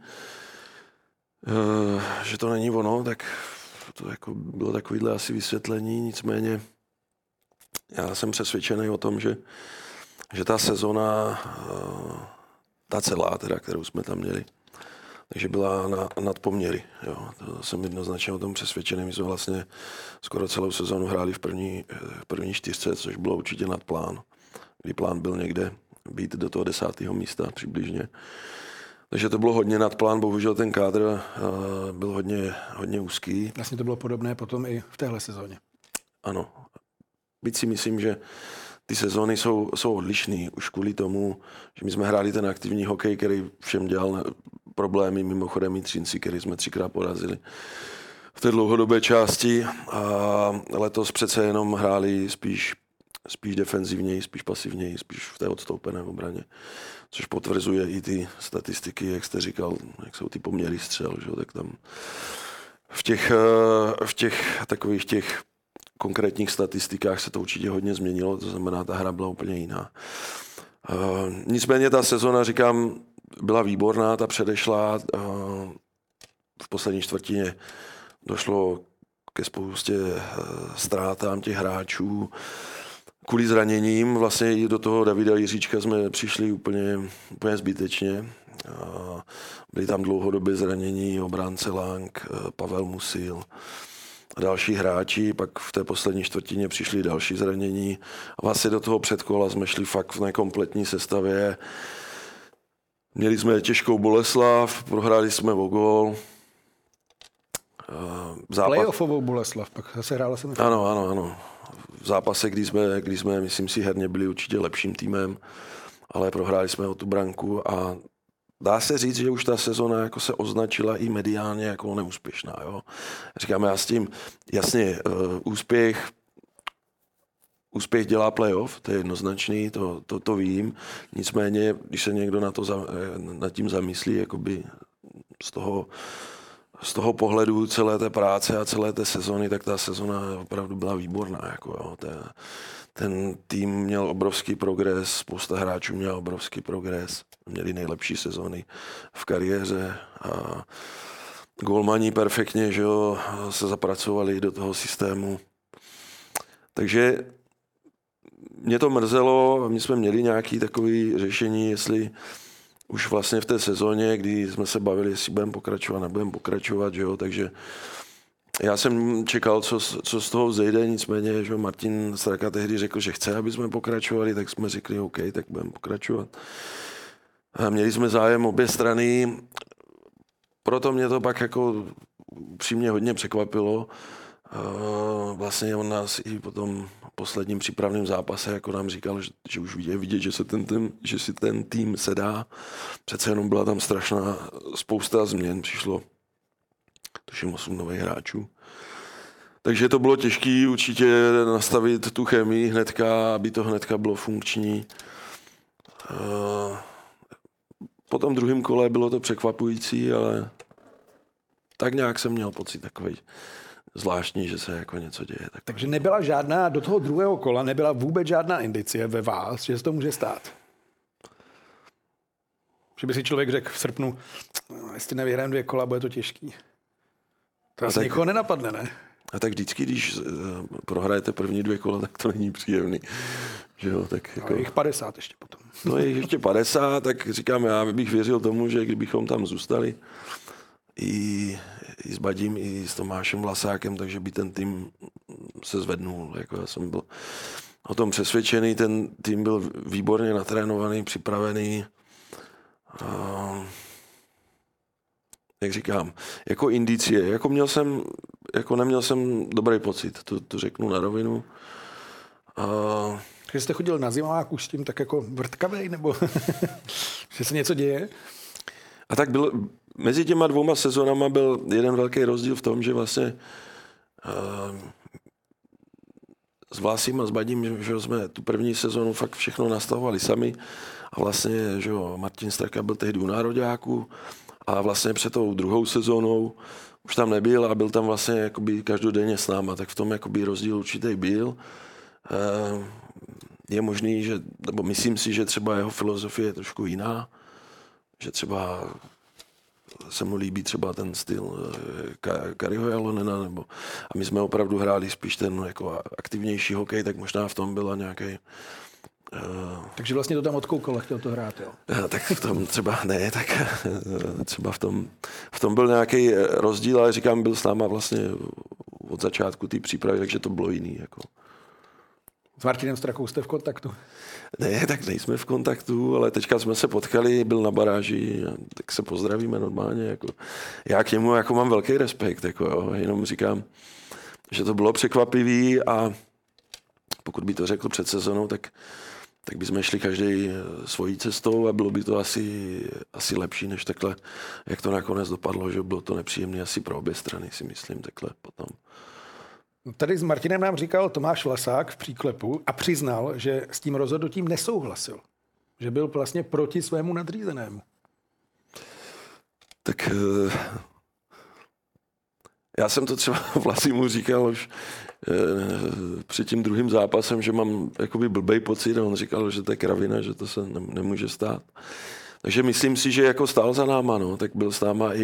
uh, že to není ono, tak to jako bylo takovýhle asi vysvětlení, nicméně já jsem přesvědčený o tom, že, že ta sezona, uh, ta celá teda, kterou jsme tam měli, takže byla na nadpoměry. Jo. To jsem jednoznačně o tom přesvědčený. My jsme vlastně skoro celou sezonu hráli v první, v první čtyřce, což bylo určitě nad plán. Kdy plán byl někde být do toho desátého místa přibližně. Takže to bylo hodně nad plán, bohužel ten kádr uh, byl hodně, hodně úzký.
Vlastně to bylo podobné potom i v téhle sezóně.
Ano. Byť si myslím, že ty sezóny jsou, jsou odlišný už kvůli tomu, že my jsme hráli ten aktivní hokej, který všem dělal problémy, mimochodem i Třinci, který jsme třikrát porazili v té dlouhodobé části a letos přece jenom hráli spíš, spíš defenzivněji, spíš pasivněji, spíš v té odstoupené obraně, což potvrzuje i ty statistiky, jak jste říkal, jak jsou ty poměry střel, že? Tak tam v těch, v těch takových těch konkrétních statistikách se to určitě hodně změnilo, to znamená, ta hra byla úplně jiná. Uh, nicméně ta sezona, říkám, byla výborná, ta předešla. Uh, v poslední čtvrtině došlo ke spoustě ztrátám těch hráčů. Kvůli zraněním vlastně i do toho Davida Jiříčka jsme přišli úplně, úplně zbytečně. Byli tam dlouhodobě zranění obránce Lang, Pavel Musil a další hráči, pak v té poslední čtvrtině přišli další zranění a vlastně do toho předkola jsme šli fakt v nekompletní sestavě. Měli jsme těžkou Boleslav, prohráli jsme o gól.
Zápas... Playoffovou Boleslav, pak zase hrála jsem.
Ano, ano, ano. V zápase, kdy jsme, kdy jsme, myslím si, herně byli určitě lepším týmem, ale prohráli jsme o tu branku a dá se říct, že už ta sezona jako se označila i mediálně jako neúspěšná. Jo? Říkám já s tím, jasně, uh, úspěch, úspěch dělá playoff, to je jednoznačný, to, to, to vím. Nicméně, když se někdo na to za, nad tím zamyslí, jakoby z toho, z toho pohledu celé té práce a celé té sezony, tak ta sezona opravdu byla výborná. Jako, jo. Ten, ten tým měl obrovský progres, spousta hráčů měl obrovský progres, měli nejlepší sezony v kariéře a golmani perfektně, že jo, se zapracovali do toho systému. Takže mě to mrzelo, my jsme měli nějaké takové řešení, jestli už vlastně v té sezóně, kdy jsme se bavili, jestli budeme pokračovat, nebudeme pokračovat, že jo, takže já jsem čekal, co, co z toho vzejde, nicméně, že Martin Straka tehdy řekl, že chce, aby jsme pokračovali, tak jsme řekli, OK, tak budeme pokračovat. A měli jsme zájem obě strany, proto mě to pak jako upřímně hodně překvapilo. Vlastně on nás i po tom posledním přípravném zápase jako nám říkal, že, že už je vidět, že, se ten, ten, že si ten tým sedá. Přece jenom byla tam strašná spousta změn, přišlo tuším osm nových hráčů. Takže to bylo těžké určitě nastavit tu chemii hnedka, aby to hnedka bylo funkční. Po tom druhém kole bylo to překvapující, ale tak nějak jsem měl pocit takový zvláštní, že se jako něco děje. Tak...
Takže nebyla žádná, do toho druhého kola nebyla vůbec žádná indicie ve vás, že se to může stát? Že by si člověk řekl v srpnu, no, jestli nevyhrajeme dvě kola, bude to těžký. To asi tak... nikoho nenapadne, ne?
A tak vždycky, když uh, prohrajete první dvě kola, tak to není příjemný. Že jo, tak jako...
No, je jich padesát ještě potom.
No je jich ještě padesát, tak říkám, já bych věřil tomu, že kdybychom tam zůstali i, i s Badím, i s Tomášem Vlasákem, takže by ten tým se zvednul. Jako já jsem byl o tom přesvědčený, ten tým byl výborně natrénovaný, připravený. Uh, jak říkám, jako indicie, jako měl jsem, jako neměl jsem dobrý pocit, to, to řeknu na rovinu. Uh,
Když jste chodil na zimáku s tím tak jako vrtkavej, nebo že se něco děje?
A tak byl, mezi těma dvouma sezónama byl jeden velký rozdíl v tom, že vlastně uh, s Vlasím a s Badím, že jsme tu první sezónu fakt všechno nastavovali sami a vlastně, že jo, Martin Straka byl tehdy u nároďáků a vlastně před tou druhou sezónou už tam nebyl a byl tam vlastně jakoby každodenně s náma, tak v tom jakoby rozdíl určitý byl. Uh, je možný, že, nebo myslím si, že třeba jeho filozofie je trošku jiná, že třeba se mu líbí třeba ten styl Kariho Jalonena, nebo a my jsme opravdu hráli spíš ten jako aktivnější hokej, tak možná v tom byla nějaký. Uh,
Takže vlastně to tam odkoukal a chtěl to hrát, jo?
Tak v tom třeba ne, tak třeba v tom, v tom byl nějaký rozdíl, ale říkám, byl s náma vlastně od začátku té přípravy, takže to bylo jiný. Jako.
S Martinem Strakou jste v kontaktu?
Ne, tak nejsme v kontaktu, ale teďka jsme se potkali, byl na baráži, tak se pozdravíme normálně. Jako. Já k němu jako mám velký respekt, jako, jo, jenom říkám, že to bylo překvapivý a pokud by to řekl před sezónou, tak, tak bychom šli každý svojí cestou a bylo by to asi, asi lepší, než takhle, jak to nakonec dopadlo, že bylo to nepříjemné asi pro obě strany, si myslím, takhle potom.
Tady s Martinem nám říkal Tomáš Vlasák v příklepu a přiznal, že s tím rozhodnutím nesouhlasil. Že byl vlastně proti svému nadřízenému.
Tak já jsem to třeba Vlasímu říkal už před tím druhým zápasem, že mám jakoby blbej pocit a on říkal, že to je kravina, že to se nemůže stát. Takže myslím si, že jako stál za náma, no, tak byl s náma i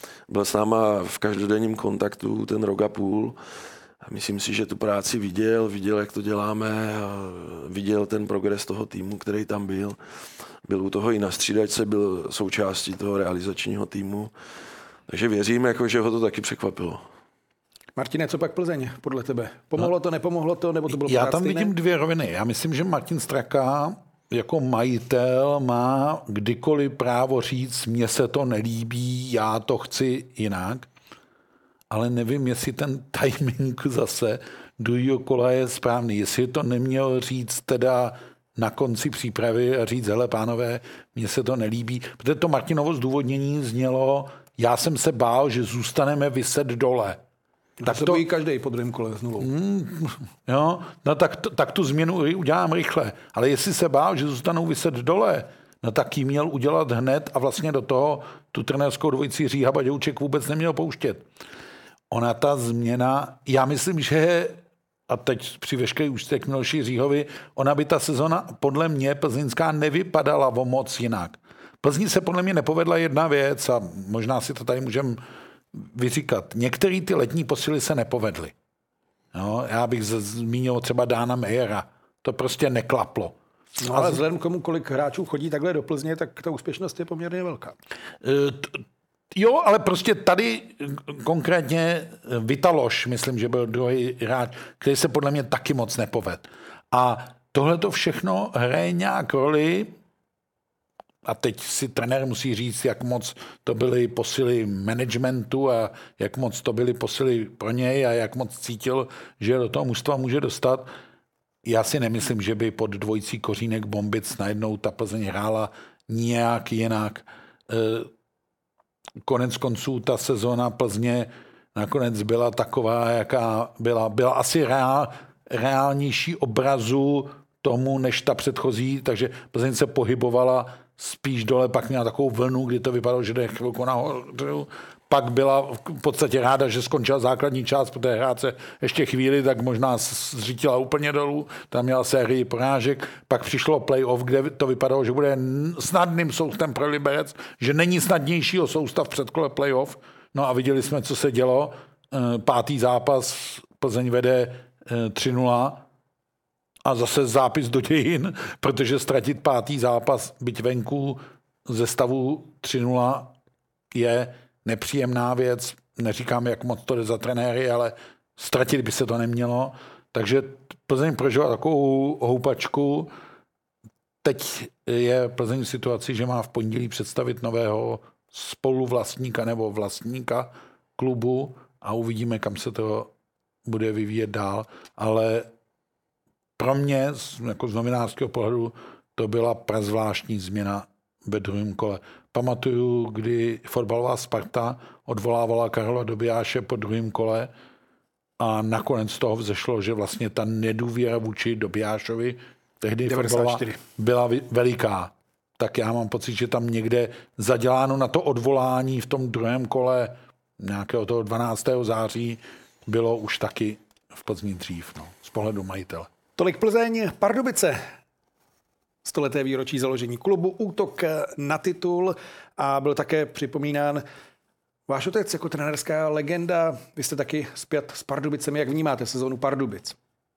byl s náma v každodenním kontaktu ten rok a půl. A myslím si, že tu práci viděl, viděl, jak to děláme, a viděl ten progres toho týmu, který tam byl. Byl u toho i na střídačce, byl součástí toho realizačního týmu. Takže věřím, jako, že ho to taky překvapilo.
Martine, co pak Plzeň podle tebe? Pomohlo to, nepomohlo to, nebo to bylo
Já tam
stejné?
vidím dvě roviny. Já myslím, že Martin Straka jako majitel má kdykoliv právo říct, mně se to nelíbí, já to chci jinak. Ale nevím, jestli ten timing zase druhého kola je správný. Jestli to neměl říct teda na konci přípravy a říct, hele pánové, mně se to nelíbí. Protože to Martinovo zdůvodnění znělo, já jsem se bál, že zůstaneme viset dole.
Tak to bojí každý po druhém kole znovu.
Mm, jo, no tak, tak tu změnu udělám rychle. Ale jestli se bál, že zůstanou viset dole, no tak ji měl udělat hned a vlastně do toho tu trenérskou dvojici Říha Baďouček vůbec neměl pouštět. Ona ta změna, já myslím, že a teď při veškeré úctě k Miloši Říhovi, ona by ta sezona podle mě plzeňská nevypadala o moc jinak. Plzni se podle mě nepovedla jedna věc a možná si to tady můžeme vyříkat. Některé ty letní posily se nepovedly. No, já bych zmínil třeba Dána Mejera. To prostě neklaplo.
No, ale vzhledem k tomu, kolik hráčů chodí takhle do Plzně, tak ta úspěšnost je poměrně velká.
Jo, ale prostě tady konkrétně Vitaloš, myslím, že byl druhý hráč, který se podle mě taky moc nepovedl. A tohle to všechno hraje nějak roli, a teď si trenér musí říct, jak moc to byly posily managementu a jak moc to byly posily pro něj a jak moc cítil, že do toho mužstva může dostat. Já si nemyslím, že by pod dvojicí Kořínek Bombic najednou ta Plzeň hrála nějak jinak. Konec konců ta sezóna Plzně nakonec byla taková, jaká byla. Byla asi reál, reálnější obrazu tomu, než ta předchozí, takže Plzeň se pohybovala spíš dole, pak měla takovou vlnu, kdy to vypadalo, že jde chvilku nahoru. Pak byla v podstatě ráda, že skončila základní část, protože hrát se ještě chvíli, tak možná zřítila úplně dolů. Tam měla sérii porážek. Pak přišlo playoff, kde to vypadalo, že bude snadným soustem pro Liberec, že není snadnějšího soustav v předkole playoff. No a viděli jsme, co se dělo. Pátý zápas, Plzeň vede tři nula. A zase zápis do dějin, protože ztratit pátý zápas, byť venku ze stavu tři nula je nepříjemná věc. Neříkám, jak moc to jde za trenéry, ale ztratit by se to nemělo. Takže Plzeň prožila takovou houpačku. Teď je Plzeň v situaci, že má v pondělí představit nového spoluvlastníka nebo vlastníka klubu a uvidíme, kam se to bude vyvíjet dál. Ale pro mě, jako z novinářského pohledu, to byla prazvláštní změna ve druhém kole. Pamatuju, kdy fotbalová Sparta odvolávala Karola Dobijáše po druhém kole a nakonec z toho vzešlo, že vlastně ta nedůvěra vůči Dobijášovi tehdy fotbalová byla veliká. Tak já mám pocit, že tam někde zaděláno na to odvolání v tom druhém kole nějakého toho dvanáctého září bylo už taky v Plzni dřív, no, z pohledu majitele.
Tolik Plzeň, Pardubice. Stoleté výročí založení klubu, útok na titul a byl také připomínán váš otec jako trenérská legenda. Vy jste taky zpět s Pardubicemi. Jak vnímáte sezónu Pardubic?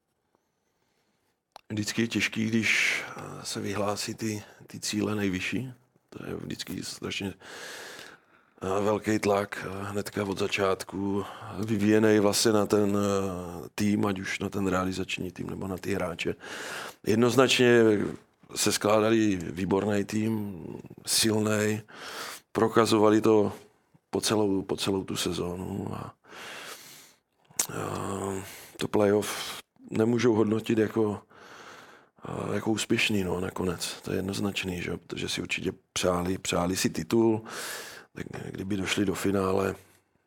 Vždycky je těžký, když se vyhlásí ty, ty cíle nejvyšší. To je vždycky strašně velký tlak hnedka od začátku, vyvíjený vlastně na ten tým, ať už na ten realizační tým nebo na ty hráče. Jednoznačně se skládali výborný tým, silný, prokazovali to po celou, po celou tu sezónu. A, a to playoff nemůžou hodnotit jako, jako úspěšný, no, nakonec. To je jednoznačný, že, protože si určitě přáli, přáli si titul. Tak kdyby došli do finále,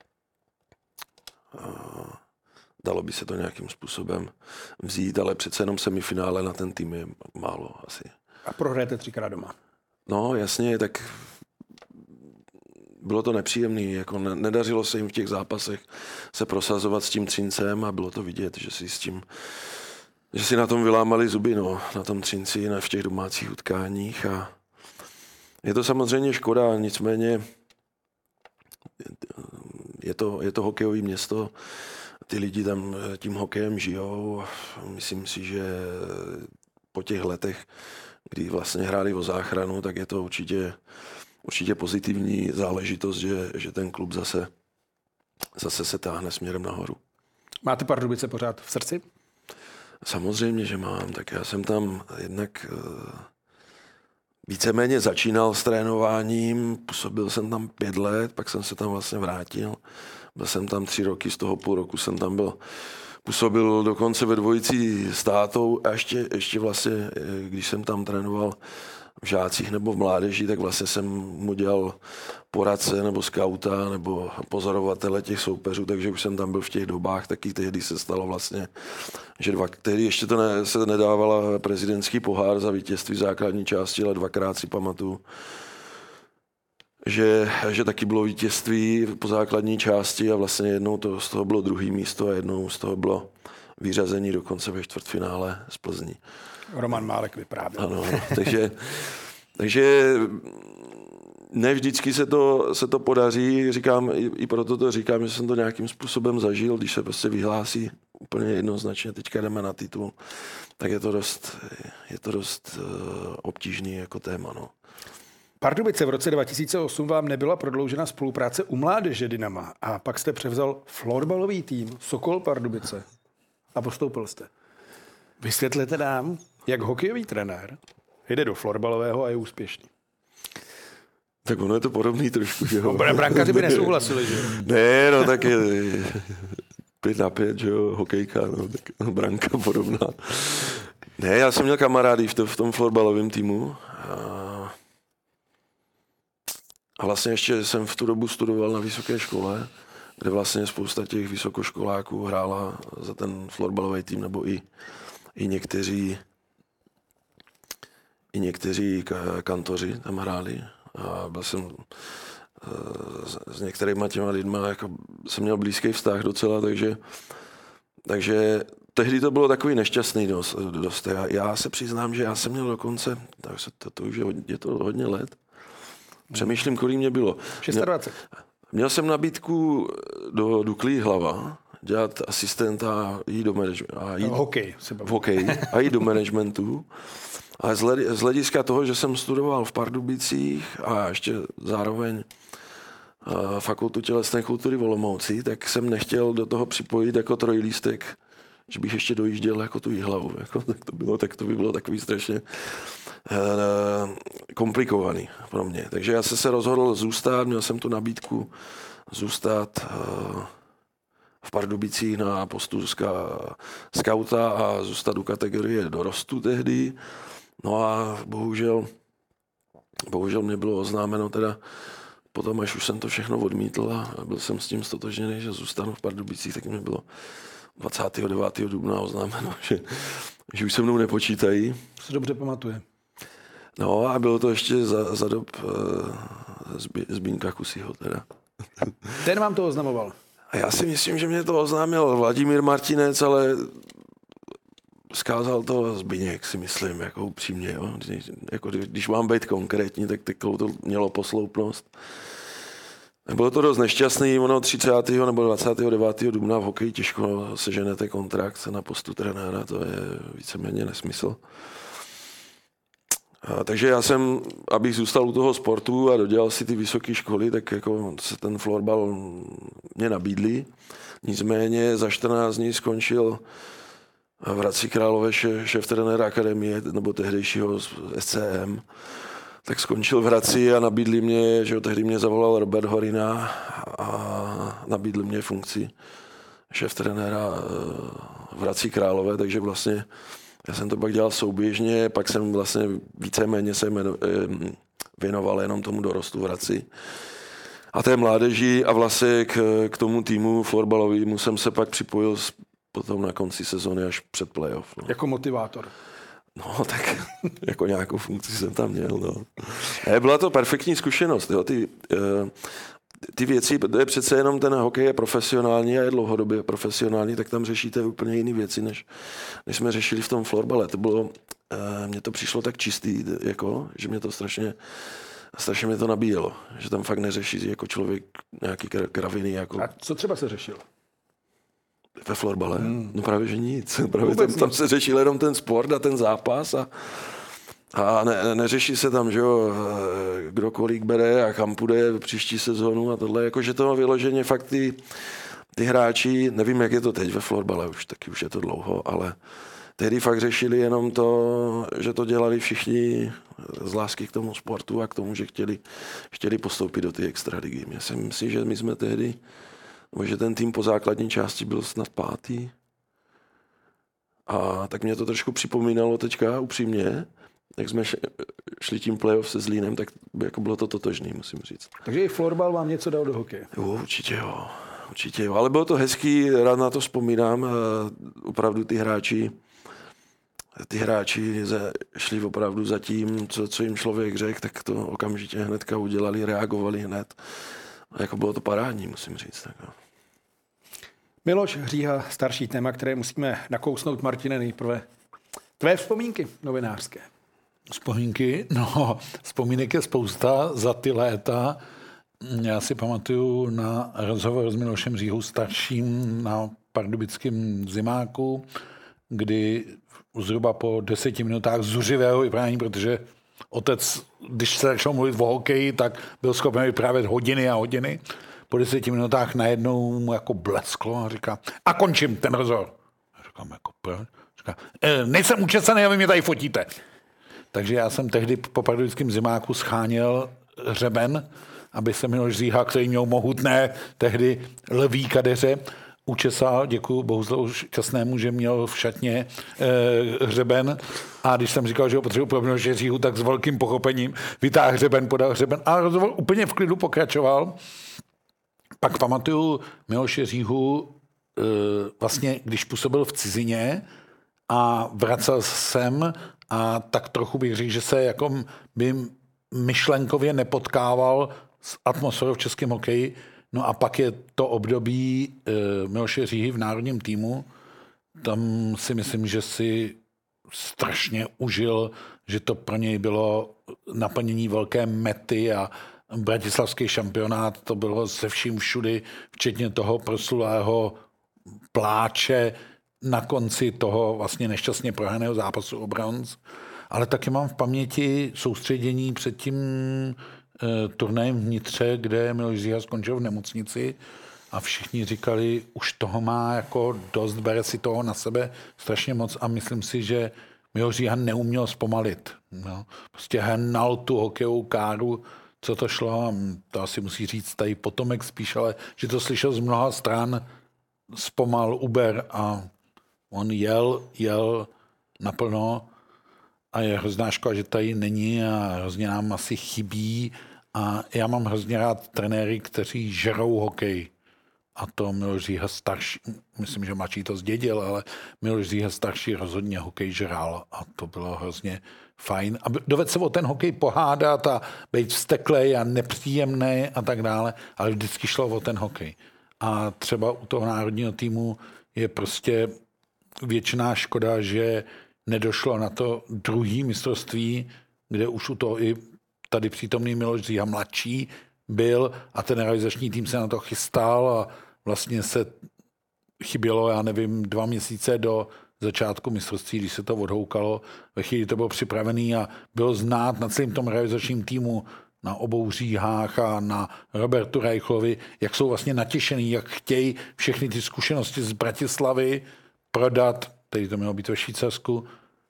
dalo by se to nějakým způsobem vzít, ale přece jenom semifinále na ten tým je málo asi.
A prohrajete třikrát doma.
No jasně, tak bylo to nepříjemný, jako nedařilo se jim v těch zápasech se prosazovat s tím Třincem a bylo to vidět, že si s tím, že si na tom vylámali zuby, no, na tom Třinci, v těch domácích utkáních a je to samozřejmě škoda, nicméně Je to, je to hokejové město, ty lidi tam tím hokejem žijou. Myslím si, že po těch letech, kdy vlastně hráli o záchranu, tak je to určitě, určitě pozitivní záležitost, že, že ten klub zase, zase se táhne směrem nahoru.
Máte Pardubice pořád v srdci?
Samozřejmě, že mám. Tak já jsem tam jednak víceméně začínal s trénováním, působil jsem tam pět let, pak jsem se tam vlastně vrátil. Byl jsem tam tři roky, z toho půl roku jsem tam byl, působil dokonce ve dvojici s tátou a ještě, ještě vlastně, když jsem tam trénoval v žácích nebo v mládeži, tak vlastně jsem mu dělal poradce nebo skauta nebo pozorovatele těch soupeřů, takže už jsem tam byl v těch dobách, taky tehdy se stalo vlastně, že dva, tehdy ještě to ne, se nedávala prezidentský pohár za vítězství v základní části, ale dvakrát si pamatuju, že, že taky bylo vítězství po základní části a vlastně jednou to, z toho bylo druhý místo a jednou z toho bylo vyřazení dokonce ve čtvrtfinále z Plzní.
Roman Málek vyprávěl.
Ano, takže, takže ne vždycky se to, se to podaří, říkám, i, i proto to říkám, že jsem to nějakým způsobem zažil, když se prostě vyhlásí úplně jednoznačně, teďka jdeme na titul, tak je to dost, je to dost uh, obtížný jako téma. No.
Pardubice v roce dva tisíce osm vám nebyla prodloužena spolupráce u mládeže Dynama a pak jste převzal florbalový tým Sokol Pardubice a postoupil jste. Vysvětlete nám, jak hokejový trenér jde do florbalového a je úspěšný.
Tak ono je to podobný trošku, že jo.
No, brankáři by nesouhlasili, že jo.
Ne, no tak je pět na pět, že jo, hokejka, no, tak no, branka podobná. Ne, já jsem měl kamarády v, to, v tom florbalovém týmu. A, a vlastně ještě jsem v tu dobu studoval na vysoké škole, kde vlastně spousta těch vysokoškoláků hrála za ten florbalový tým, nebo i, i někteří i někteří kantoři tam hráli. A byl jsem s, s některýma těma lidma, jako jsem měl blízký vztah docela, takže, takže tehdy to bylo takový nešťastný dost. dost. Já, já se přiznám, že já jsem měl dokonce, tak se, to, to už je, je to hodně let, přemýšlím, kolik mě bylo.
dvacet šest.
Měl, měl jsem nabídku do Duklí Hlava, dělat asistenta i do managementu.
No, hokej.
V hokeji a i do managementu. Ale z hlediska toho, že jsem studoval v Pardubicích a ještě zároveň fakultu tělesné kultury v Olomouci, tak jsem nechtěl do toho připojit jako trojlístek, že bych ještě dojížděl jako tu Jihlavu. Jako, tak, to bylo, tak to by bylo takový strašně uh, komplikovaný pro mě. Takže já jsem se rozhodl zůstat, měl jsem tu nabídku zůstat uh, v Pardubicích na postu skauta a zůstat u kategorie dorostu tehdy. No a bohužel, bohužel mě bylo oznámeno teda potom, až už jsem to všechno odmítl a byl jsem s tím stotožněný, že zůstanu v Pardubicích, tak mi bylo dvacátého devátého dubna oznámeno, že, že už se mnou nepočítají.
Se dobře pamatuje.
No a bylo to ještě za, za dob uh, Zbínka Kusího teda.
Ten vám to oznamoval? A
já si myslím, že mě to oznámil Vladimír Martinec, ale zkázal to Zbyněk, si myslím, jako upřímně. Jo. Když, jako, když mám být konkrétní, tak to mělo posloupnost. Bylo to dost nešťastný, ono třicátého nebo dvacátého devátého dubna v hokeji těžko seženete kontrakt na postu trenéra, to je víceméně nesmysl. A, takže já jsem, abych zůstal u toho sportu a dodělal si ty vysoké školy, tak jako se ten florbal mě nabídli. Nicméně za čtrnáct dní skončil v Hradci Králové šéf trenéra akademie, nebo tehdejšího S C M, tak skončil v Hradci a nabídli mě, že tehdy mě zavolal Robert Horina a nabídli mě funkci šéf trenéra v Hradci Králové, takže vlastně já jsem to pak dělal souběžně, pak jsem vlastně víceméně se věnoval jenom tomu dorostu v Hradci a té mládeži a vlastně k, k tomu týmu florbalovému jsem se pak připojil potom na konci sezóny až před playoff. No.
Jako motivátor.
No, tak jako nějakou funkci jsem tam měl. No. Byla to perfektní zkušenost. Jo. Ty, ty věci, to je přece jenom ten hokej je profesionální a je dlouhodobě profesionální, tak tam řešíte úplně jiné věci, než, než jsme řešili v tom florbale. To bylo, mně to přišlo tak čistý, jako, že mě to strašně strašně mě to nabíjelo, že tam fakt neřeší jako člověk nějaký kraviny. Jako...
A co třeba se řešilo?
Ve florbale? Hmm. No právě, že nic. Právě tam, tam se řešil jenom ten sport a ten zápas a, a ne, neřeší se tam, že jo, kdo kolik bere a kam půjde příští sezónu a tohle. Jakože to vyloženě fakt ty, ty hráči, nevím, jak je to teď ve florbale, už taky už je to dlouho, ale tehdy fakt řešili jenom to, že to dělali všichni z lásky k tomu sportu a k tomu, že chtěli, chtěli postoupit do té extraligy. Já si myslím, že my jsme tehdy, že ten tým po základní části byl snad pátý. A tak mě to trošku připomínalo teďka upřímně, jak jsme šli tím playoff se Zlínem, tak jako bylo to totožný, musím říct.
Takže i florbal vám něco dal do hokeje?
Jo, určitě jo. Určitě jo. Ale bylo to hezký, rád na to vzpomínám. Opravdu ty hráči Ty hráči šli opravdu za tím, co, co jim člověk řekl, tak to okamžitě hnedka udělali, reagovali hned. A jako bylo to parádní, musím říct. Tak no.
Miloš Hříha, starší téma, které musíme nakousnout. Martine, nejprve tvé vzpomínky novinářské.
Vzpomínky? No, vzpomínek je spousta za ty léta. Já si pamatuju na rozhovor s Milošem Hříhou starším na pardubickém zimáku, kdy zhruba po deseti minutách zuřivého vyprávění, protože otec, když se začal mluvit o hokeji, tak byl schopen vyprávět hodiny a hodiny. Po deseti minutách najednou mu jako blesklo a říká, a končím ten rozhovor. A říkám, jako proč? Říká, e, nejsem učesaný a vy mě tady fotíte. Takže já jsem tehdy po pardubickém zimáku scháněl hřeben, aby se Miloš Hříha, který měl mohutné tehdy lví kadeře, učesal, děkuju Bohuslavu Šťastnému, že měl v šatně e, hřeben a když jsem říkal, že ho potřebuji pro Miloše Hříhu, tak s velkým pochopením vytáhl hřeben, podal hřeben a rozhovor úplně v klidu pokračoval. Pak pamatuju Miloše Hříhu e, vlastně, když působil v cizině a vracel sem a tak trochu bych řekl, že se jako by myšlenkově nepotkával s atmosférou v českém hokeji. No a pak je to období e, Miloše Hříhy v národním týmu. Tam si myslím, že si strašně užil, že to pro něj bylo naplnění velké mety a bratislavský šampionát, to bylo se vším všudy, včetně toho proslulého pláče na konci toho vlastně nešťastně prohraného zápasu o bronz. Ale taky mám v paměti soustředění před tím turnajem v Nitře, kde Miloš Hříha skončil v nemocnici a všichni říkali, už toho má jako dost, bere si toho na sebe strašně moc a myslím si, že Miloš Hříha neuměl zpomalit. No. Prostě hnal tu hokejovou káru, co to šlo, to asi musí říct tady potomek spíš, ale že to slyšel z mnoha stran, zpomal Uber a on jel, jel naplno a je hrozná škoda, že tady není a hrozně nám asi chybí. A já mám hrozně rád trenéry, kteří žerou hokej. A to Miloš Hříha starší, myslím, že mladší to zdědil, ale Miloš Hříha starší rozhodně hokej žral a to bylo hrozně fajn. A dovedl se o ten hokej pohádat a být vzteklej a nepříjemný a tak dále, ale vždycky šlo o ten hokej. A třeba u toho národního týmu je prostě věčná škoda, že nedošlo na to druhý mistrovství, kde už u toho i tady přítomný Miloš Hříha mladší byl a ten realizační tým se na to chystal a vlastně se chybělo, já nevím, dva měsíce do začátku mistrovství, když se to odhoukalo. Ve chvíli to bylo připravený a bylo znát na celém tom realizačním týmu, na obou Hříhách a na Robertu Reichlovi, jak jsou vlastně natěšený, jak chtějí všechny ty zkušenosti z Bratislavy prodat. Teď to mělo být ve Švýcarsku.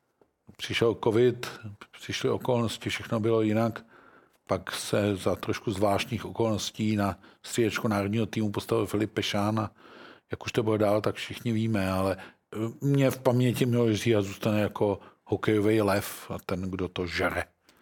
Přišel covid, přišly okolnosti, všechno bylo jinak. Pak se za trošku zvláštních okolností na střídačku národního týmu postavil Filip Pešán a jak už to bylo dál, tak všichni víme, ale mě v paměti Miloš Hříha zůstane jako hokejový lev a ten, kdo to žere.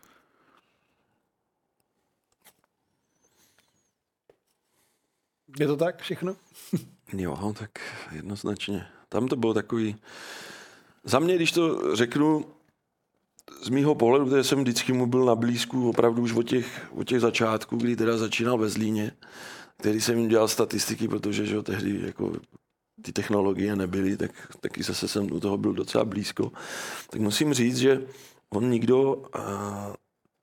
Je to tak všechno?
Jo, tak jednoznačně. Tam to bylo takový... Za mě, když to řeknu z mýho pohledu, protože jsem vždycky mu byl na blízku opravdu už od těch, od těch začátků, kdy teda začínal ve Zlíně, který jsem jim dělal statistiky, protože že, tehdy jako ty technologie nebyly, tak taky zase jsem u toho byl docela blízko. Tak musím říct, že on nikdo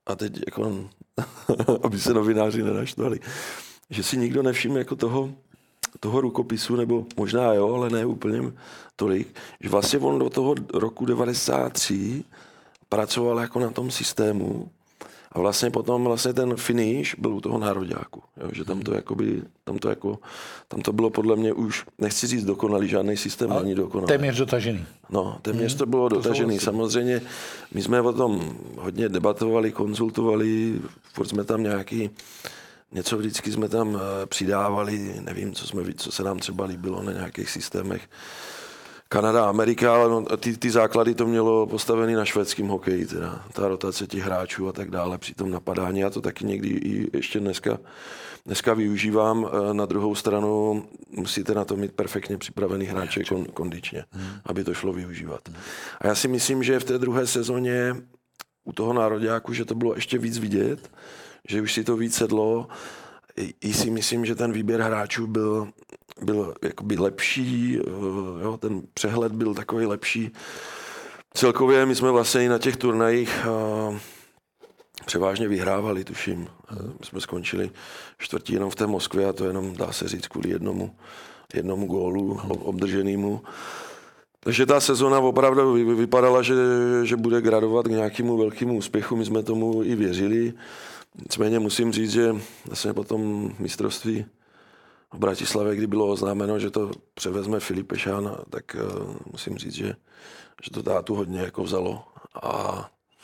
a teď jako, aby se novináři nenaštvali, že si nikdo nevšiml jako toho, toho rukopisu, nebo možná jo, ale ne úplně tolik, že vlastně on do toho roku devadesát tři pracoval jako na tom systému a vlastně potom vlastně ten finish byl u toho nároďáku, jo, že tam to jakoby, tam to jako, tam to bylo podle mě už, nechci říct dokonalý, žádný systém
ale
není dokonalý.
Téměř dotažený.
No, téměř hmm. to bylo
to
dotažený. Samozřejmě my jsme o tom hodně debatovali, konzultovali, furt jsme tam nějaký, něco vždycky jsme tam přidávali, nevím, co, jsme, co se nám třeba líbilo na nějakých systémech. Kanada, Amerika, ale no, ty, ty základy to mělo postavený na švédském hokeji, teda ta rotace těch hráčů a tak dále při tom napadání. Já to taky někdy i ještě dneska, dneska využívám. Na druhou stranu musíte na to mít perfektně připravený hráče kon, kondičně, hmm. aby to šlo využívat. A já si myslím, že v té druhé sezóně u toho nároďáku, že to bylo ještě víc vidět, že už si to víc sedlo. I, i si myslím, že ten výběr hráčů byl byl jakoby lepší, jo, ten přehled byl takový lepší. Celkově my jsme vlastně i na těch turnajích uh, převážně vyhrávali, tuším. My jsme skončili čtvrtí jenom v té Moskvě a to jenom, dá se říct, kvůli jednomu, jednomu gólu obdrženému. Takže ta sezona opravdu vypadala, že, že bude gradovat k nějakému velkému úspěchu. My jsme tomu i věřili. Nicméně musím říct, že vlastně po tom mistrovství v Bratislavě, kdy bylo oznámeno, že to převezme Filip Pešán, tak uh, musím říct, že, že to tátu hodně jako vzalo a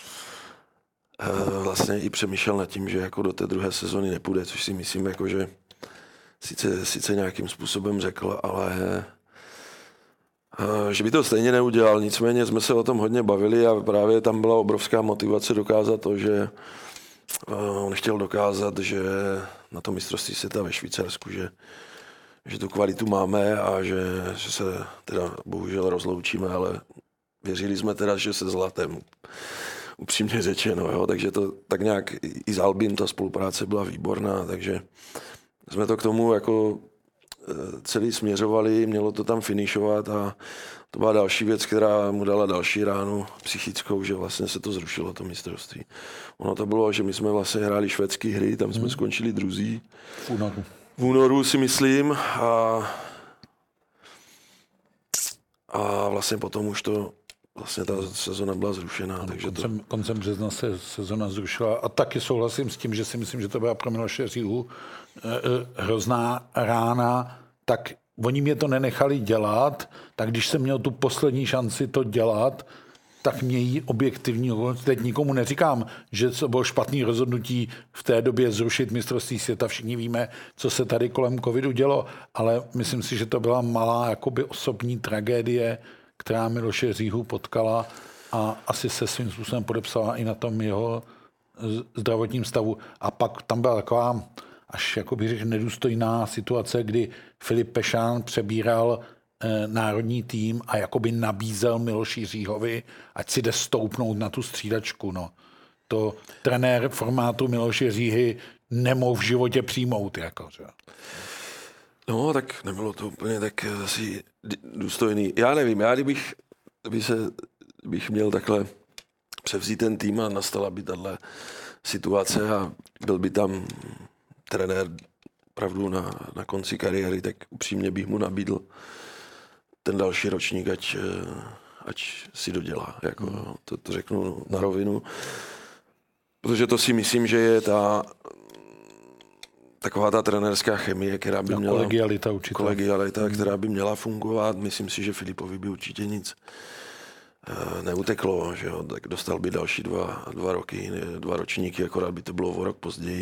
uh, vlastně i přemýšlel nad tím, že jako do té druhé sezony nepůjde, což si myslím, jako, že sice, sice nějakým způsobem řekl, ale uh, že by to stejně neudělal. Nicméně jsme se o tom hodně bavili a právě tam byla obrovská motivace dokázat to, že uh, on chtěl dokázat, že na to mistrovství světa ve Švýcarsku, že, že tu kvalitu máme a že, že se teda bohužel rozloučíme, ale věřili jsme teda, že se zlatem, upřímně řečeno, jo? Takže to tak nějak i s Albím ta spolupráce byla výborná, takže jsme to k tomu jako celý směřovali, mělo to tam finišovat a to byla další věc, která mu dala další ránu psychickou, že vlastně se to zrušilo, to mistrovství. Ono to bylo, že my jsme vlastně hráli švédské hry, tam jsme hmm. skončili druzí.
V únoru.
V únoru si myslím a, a vlastně potom už to, vlastně ta sezona byla zrušená. Ano, takže
koncem,
to...
koncem března se sezona zrušila a taky souhlasím s tím, že si myslím, že to byla pro Miloše Říhu hrozná rána, tak oni mě to nenechali dělat, tak když jsem měl tu poslední šanci to dělat, tak mějí objektivní. Teď nikomu neříkám, že to bylo špatný rozhodnutí v té době zrušit mistrovství světa. Všichni víme, co se tady kolem covidu dělo, ale myslím si, že to byla malá jakoby osobní tragédie, která Miloše Říhu potkala a asi se svým způsobem podepsala i na tom jeho zdravotním stavu. A pak tam byla taková až jakoby řekl nedůstojná situace, kdy Filip Pešán přebíral e, národní tým a jakoby nabízel Miloši Říhovi, ať si jde stoupnout na tu střídačku. No. To trenér formátu Miloše Říhy nemohl v životě přijmout. Jako, že?
No, tak nebylo to úplně tak asi důstojný. Já nevím, já kdybych, kdyby se, kdybych měl takhle převzít ten tým a nastala by tahle situace a byl by tam trenér pravdu na, na konci kariéry, tak upřímně bych mu nabídl ten další ročník, ať, ať si dodělá. Jako, mm. to, to řeknu na rovinu. Protože to si myslím, že je ta taková ta trenérská chemie, která by
no,
měla...
Kolegialita určitě.
Kolegialita, mm. která by měla fungovat. Myslím si, že Filipovi by určitě nic neuteklo, že jo? Tak dostal by další dva, dva roky, dva ročníky, akorát by to bylo o rok později.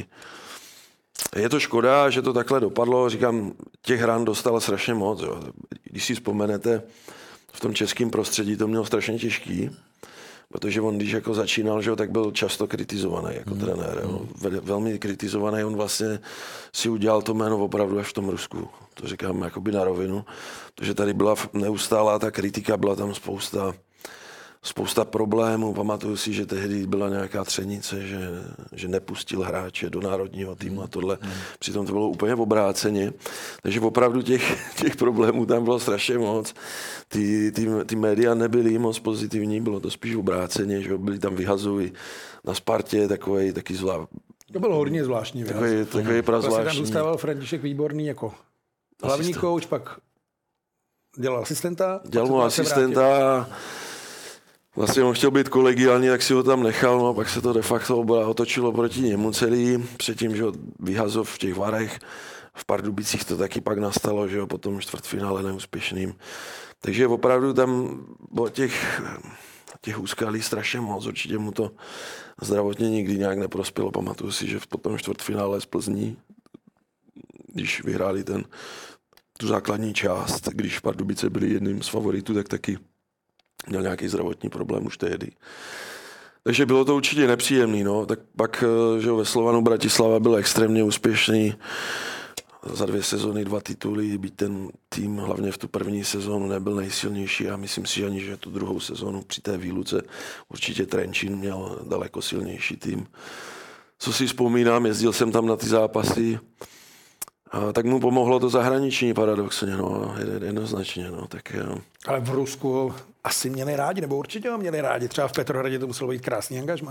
Je to škoda, že to takhle dopadlo. Říkám, těch ran dostal strašně moc. Jo. Když si vzpomenete, v tom českém prostředí to měl strašně těžký, protože on, když jako začínal, že jo, tak byl často kritizovaný jako mm. trenér. Jo. Velmi kritizovaný. On vlastně si udělal to jméno opravdu až v tom Rusku. To říkám jakoby na rovinu. Protože tady byla neustálá ta kritika, byla tam spousta spousta problémů. Pamatuju si, že tehdy byla nějaká třenice, že, že nepustil hráče do národního týmu a tohle. Hmm. Přitom to bylo úplně v obráceně. Takže opravdu těch, těch problémů tam bylo strašně moc. Ty, ty, ty média nebyly moc pozitivní, bylo to spíš v obráceně, že byli tam vyhazovi na Spartě, takovej, taky zvlá...
To bylo hodně zvláštní.
Takový, takový prazvláštní.
Vlastně tam zůstával František Výborný jako hlavní kouč, pak dělal asistenta.
Dělal mu asistenta. Vlastně on chtěl být kolegiální, tak si ho tam nechal, no, pak se to de facto otočilo proti němu celý. Předtím, že Vyhazov v těch Varech, v Pardubicích to taky pak nastalo, že jo, potom čtvrtfinále neúspěšným. Takže opravdu tam bylo těch, těch úskalí strašně moc. Určitě mu to zdravotně nikdy nějak neprospělo. Pamatuju si, že v potom čtvrtfinále z Plzní, když vyhráli ten, tu základní část, když Pardubice byli jedním z favoritů, tak taky měl nějaký zdravotní problém už tehdy. Takže bylo to určitě nepříjemný. No. Tak pak, že ve Slovanu Bratislava byl extrémně úspěšný. Za dvě sezóny dva tituly, byť ten tým hlavně v tu první sezónu nebyl nejsilnější a myslím si ani, že tu druhou sezónu při té výluce určitě Trenčín měl daleko silnější tým. Co si vzpomínám, jezdil jsem tam na ty zápasy, a tak mu pomohlo to zahraniční paradoxně, no, jednoznačně. No, tak, jo.
Ale v Rusku asi měli rádi, nebo určitě ho měli rádi. Třeba v Petrohradě to muselo být krásný angažmá.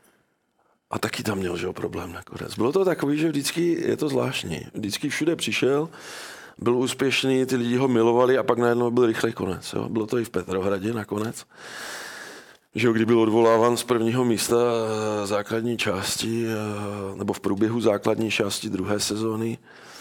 A taky tam měl, že jo, problém nakonec. Bylo to takový, že vždycky je to zvláštní. Vždycky všude přišel, byl úspěšný, ty lidi ho milovali a pak najednou byl rychlej konec. Jo. Bylo to i v Petrohradě nakonec. Že jo, kdy byl odvoláván z prvního místa základní části, nebo v průběhu základní části druhé sezóny.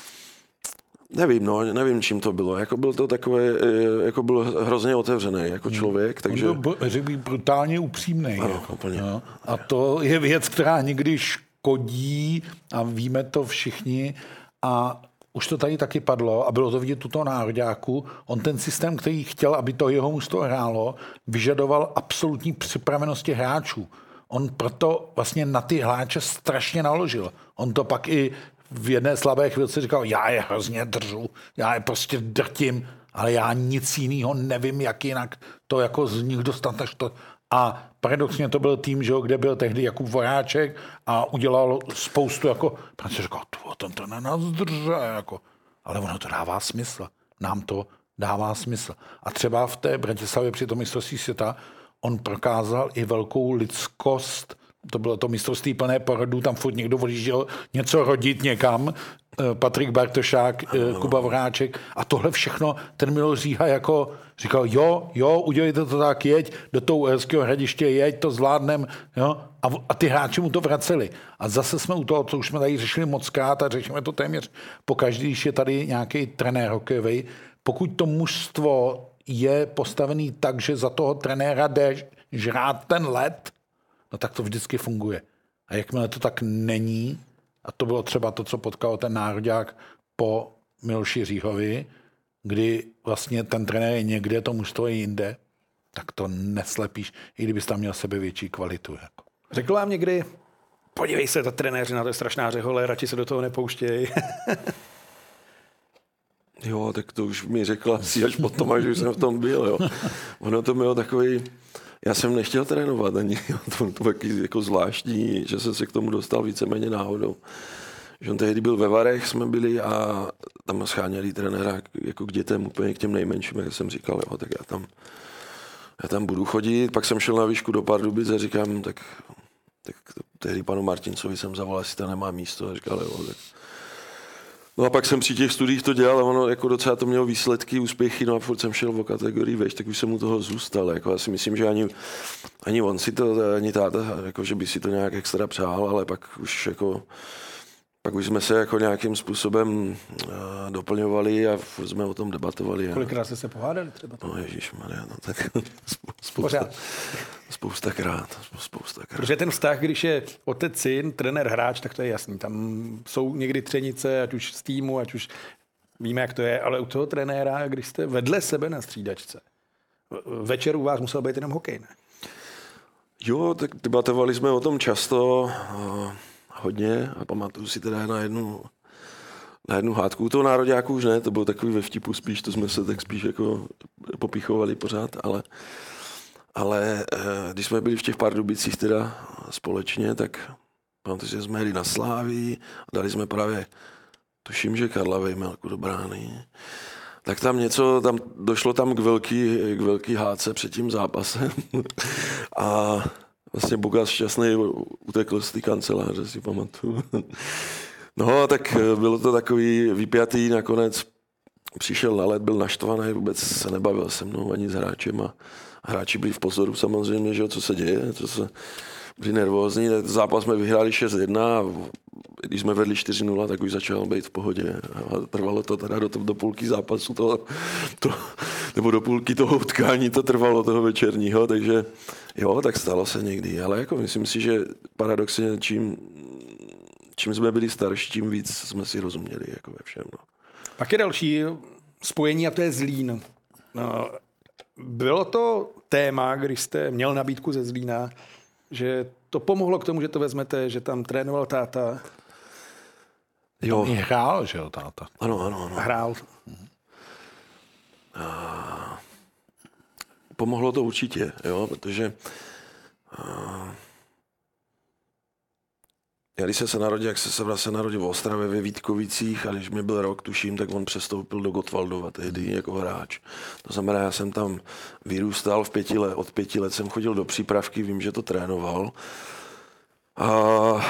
Nevím, no, nevím, čím to bylo. Jako byl to takové, jako byl hrozně otevřený jako člověk, takže...
On byl, řekl bych, brutálně upřímný.
Ano,
jako.
úplně.
No. A to je věc, která někdy škodí a víme to všichni a už to tady taky padlo a bylo to vidět tuto nároďáku. On ten systém, který chtěl, aby to jeho mužstvo hrálo, vyžadoval absolutní připravenosti hráčů. On proto vlastně na ty hráče strašně naložil. On to pak i v jedné slabé chvilce říkal, já je hrozně držu, já je prostě drtím, ale já nic jiného nevím, jak jinak to jako z nich dostat než to. A paradoxně to byl tým, že, kde byl tehdy Jakub Voráček a udělal spoustu jako, pan si říkal, ten to nenazdrže, jako. Ale ono to dává smysl. Nám to dává smysl. A třeba v té Bratislavě při tom mistrovství světa on prokázal i velkou lidskost. To bylo to mistrovství plné porodů, tam furt někdo odjížděl něco rodit někam. Patrik Bartošák, Kuba Voráček a tohle všechno ten Miloš Říha jako říkal, jo, jo, udělejte to tak, jeď do toho Uherského Hradiště, jeď, to zvládnem, jo, a, a ty hráči mu to vraceli. A zase jsme u toho, co už jsme tady řešili mockrát a řešíme to téměř pokaždý, když je tady nějaký trenér hokejový, pokud to mužstvo je postavený tak, že za toho trenéra jde žrát ten led, no tak to vždycky funguje. A jakmile to tak není, a to bylo třeba to, co potkalo ten nároďák po Miloši Říhovi, kdy vlastně ten trenér je někde, to mužstvo je jinde, tak to neslepíš, i kdybys tam měl sebe větší kvalitu. Jako.
Řekl vám někdy, podívej se, ta trenéři na to je strašná řehole, radši se do toho nepouštěj.
Jo, tak to už mi řekla asi až potom, až už jsem v tom byl. Jo. Ono to bylo takový... Já jsem nechtěl trénovat ani, to bylo jako zvláštní, že jsem se k tomu dostal víceméně náhodou. Že on tehdy byl ve Varech, jsme byli a tam scháněli trenéra jako k dětem, úplně k těm nejmenším, jak jsem říkal, jo, tak já tam, já tam budu chodit. Pak jsem šel na výšku do Pardubic a říkám, tak, tak tehdy panu Martincovi jsem zavolal, jestli tam nemá místo a říkal, jo, tak. No a pak jsem při těch studiích to dělal a ono jako docela to mělo výsledky, úspěchy, no a furt jsem šel o kategorii veš, tak už jsem mu toho zůstal. Jako já si myslím, že ani, ani on si to, ani táta, jako že by si to nějak extra přál, ale pak už jako, pak už jsme se jako nějakým způsobem uh, doplňovali a furt jsme o tom debatovali.
Kolikrát jste se pohádali třeba?
No ježišmarja, no tak spousta, spousta krát, spousta krát.
Protože ten vztah, když je otec, syn, trenér, hráč, tak to je jasný. Tam jsou někdy třenice, ať už z týmu, ať už víme, jak to je, ale u toho trenéra, když jste vedle sebe na střídačce, večer u vás musel být jenom hokej, ne?
Jo, tak debatovali jsme o tom často, uh, hodně a pamatuju si teda na jednu, na jednu hádku. U toho nároďáku už ne, to bylo takový ve vtipu spíš, to jsme se tak spíš jako popichovali pořád, ale Ale když jsme byli v těch Pardubicích teda společně, tak pamatuju, že jsme jeli na Slávii a dali jsme právě, tuším, že Karla Vejmelku do brány. Tak tam něco, tam došlo tam k velký, k velký hádce před tím zápasem. A vlastně Bugas šťastný utekl z té kanceláře, si pamatuju. No, tak bylo to takový vypjatý, nakonec přišel na led, byl naštvaný, vůbec se nebavil se mnou ani s hráčem a hráči byli v pozoru samozřejmě, že co se děje, co se byli nervózní. Zápas jsme vyhráli šest jedna a když jsme vedli čtyři nula, tak už začal být v pohodě. A trvalo to teda do, do půlky zápasu, toho, to, nebo do půlky toho utkání to trvalo toho večerního, takže jo, tak stalo se někdy. Ale jako myslím si, že paradoxně čím, čím jsme byli starší, tím víc jsme si rozuměli jako ve všem. No.
Pak je další spojení a to je Zlín. No, bylo to téma, když jste měl nabídku ze Zlína, že to pomohlo k tomu, že to vezmete, že tam trénoval táta.
Jo. Tam hrál, že jo, táta.
Ano, ano, ano.
Hrál.
A pomohlo to určitě, jo, protože a já když jsem se narodil, jak jsem se narodil v Ostravě ve Vítkovicích a když mi byl rok, tuším, tak on přestoupil do Gottwaldova tehdy jako hráč. To znamená, já jsem tam vyrůstal v pěti let, od pěti let jsem chodil do přípravky, vím, že to trénoval. A, a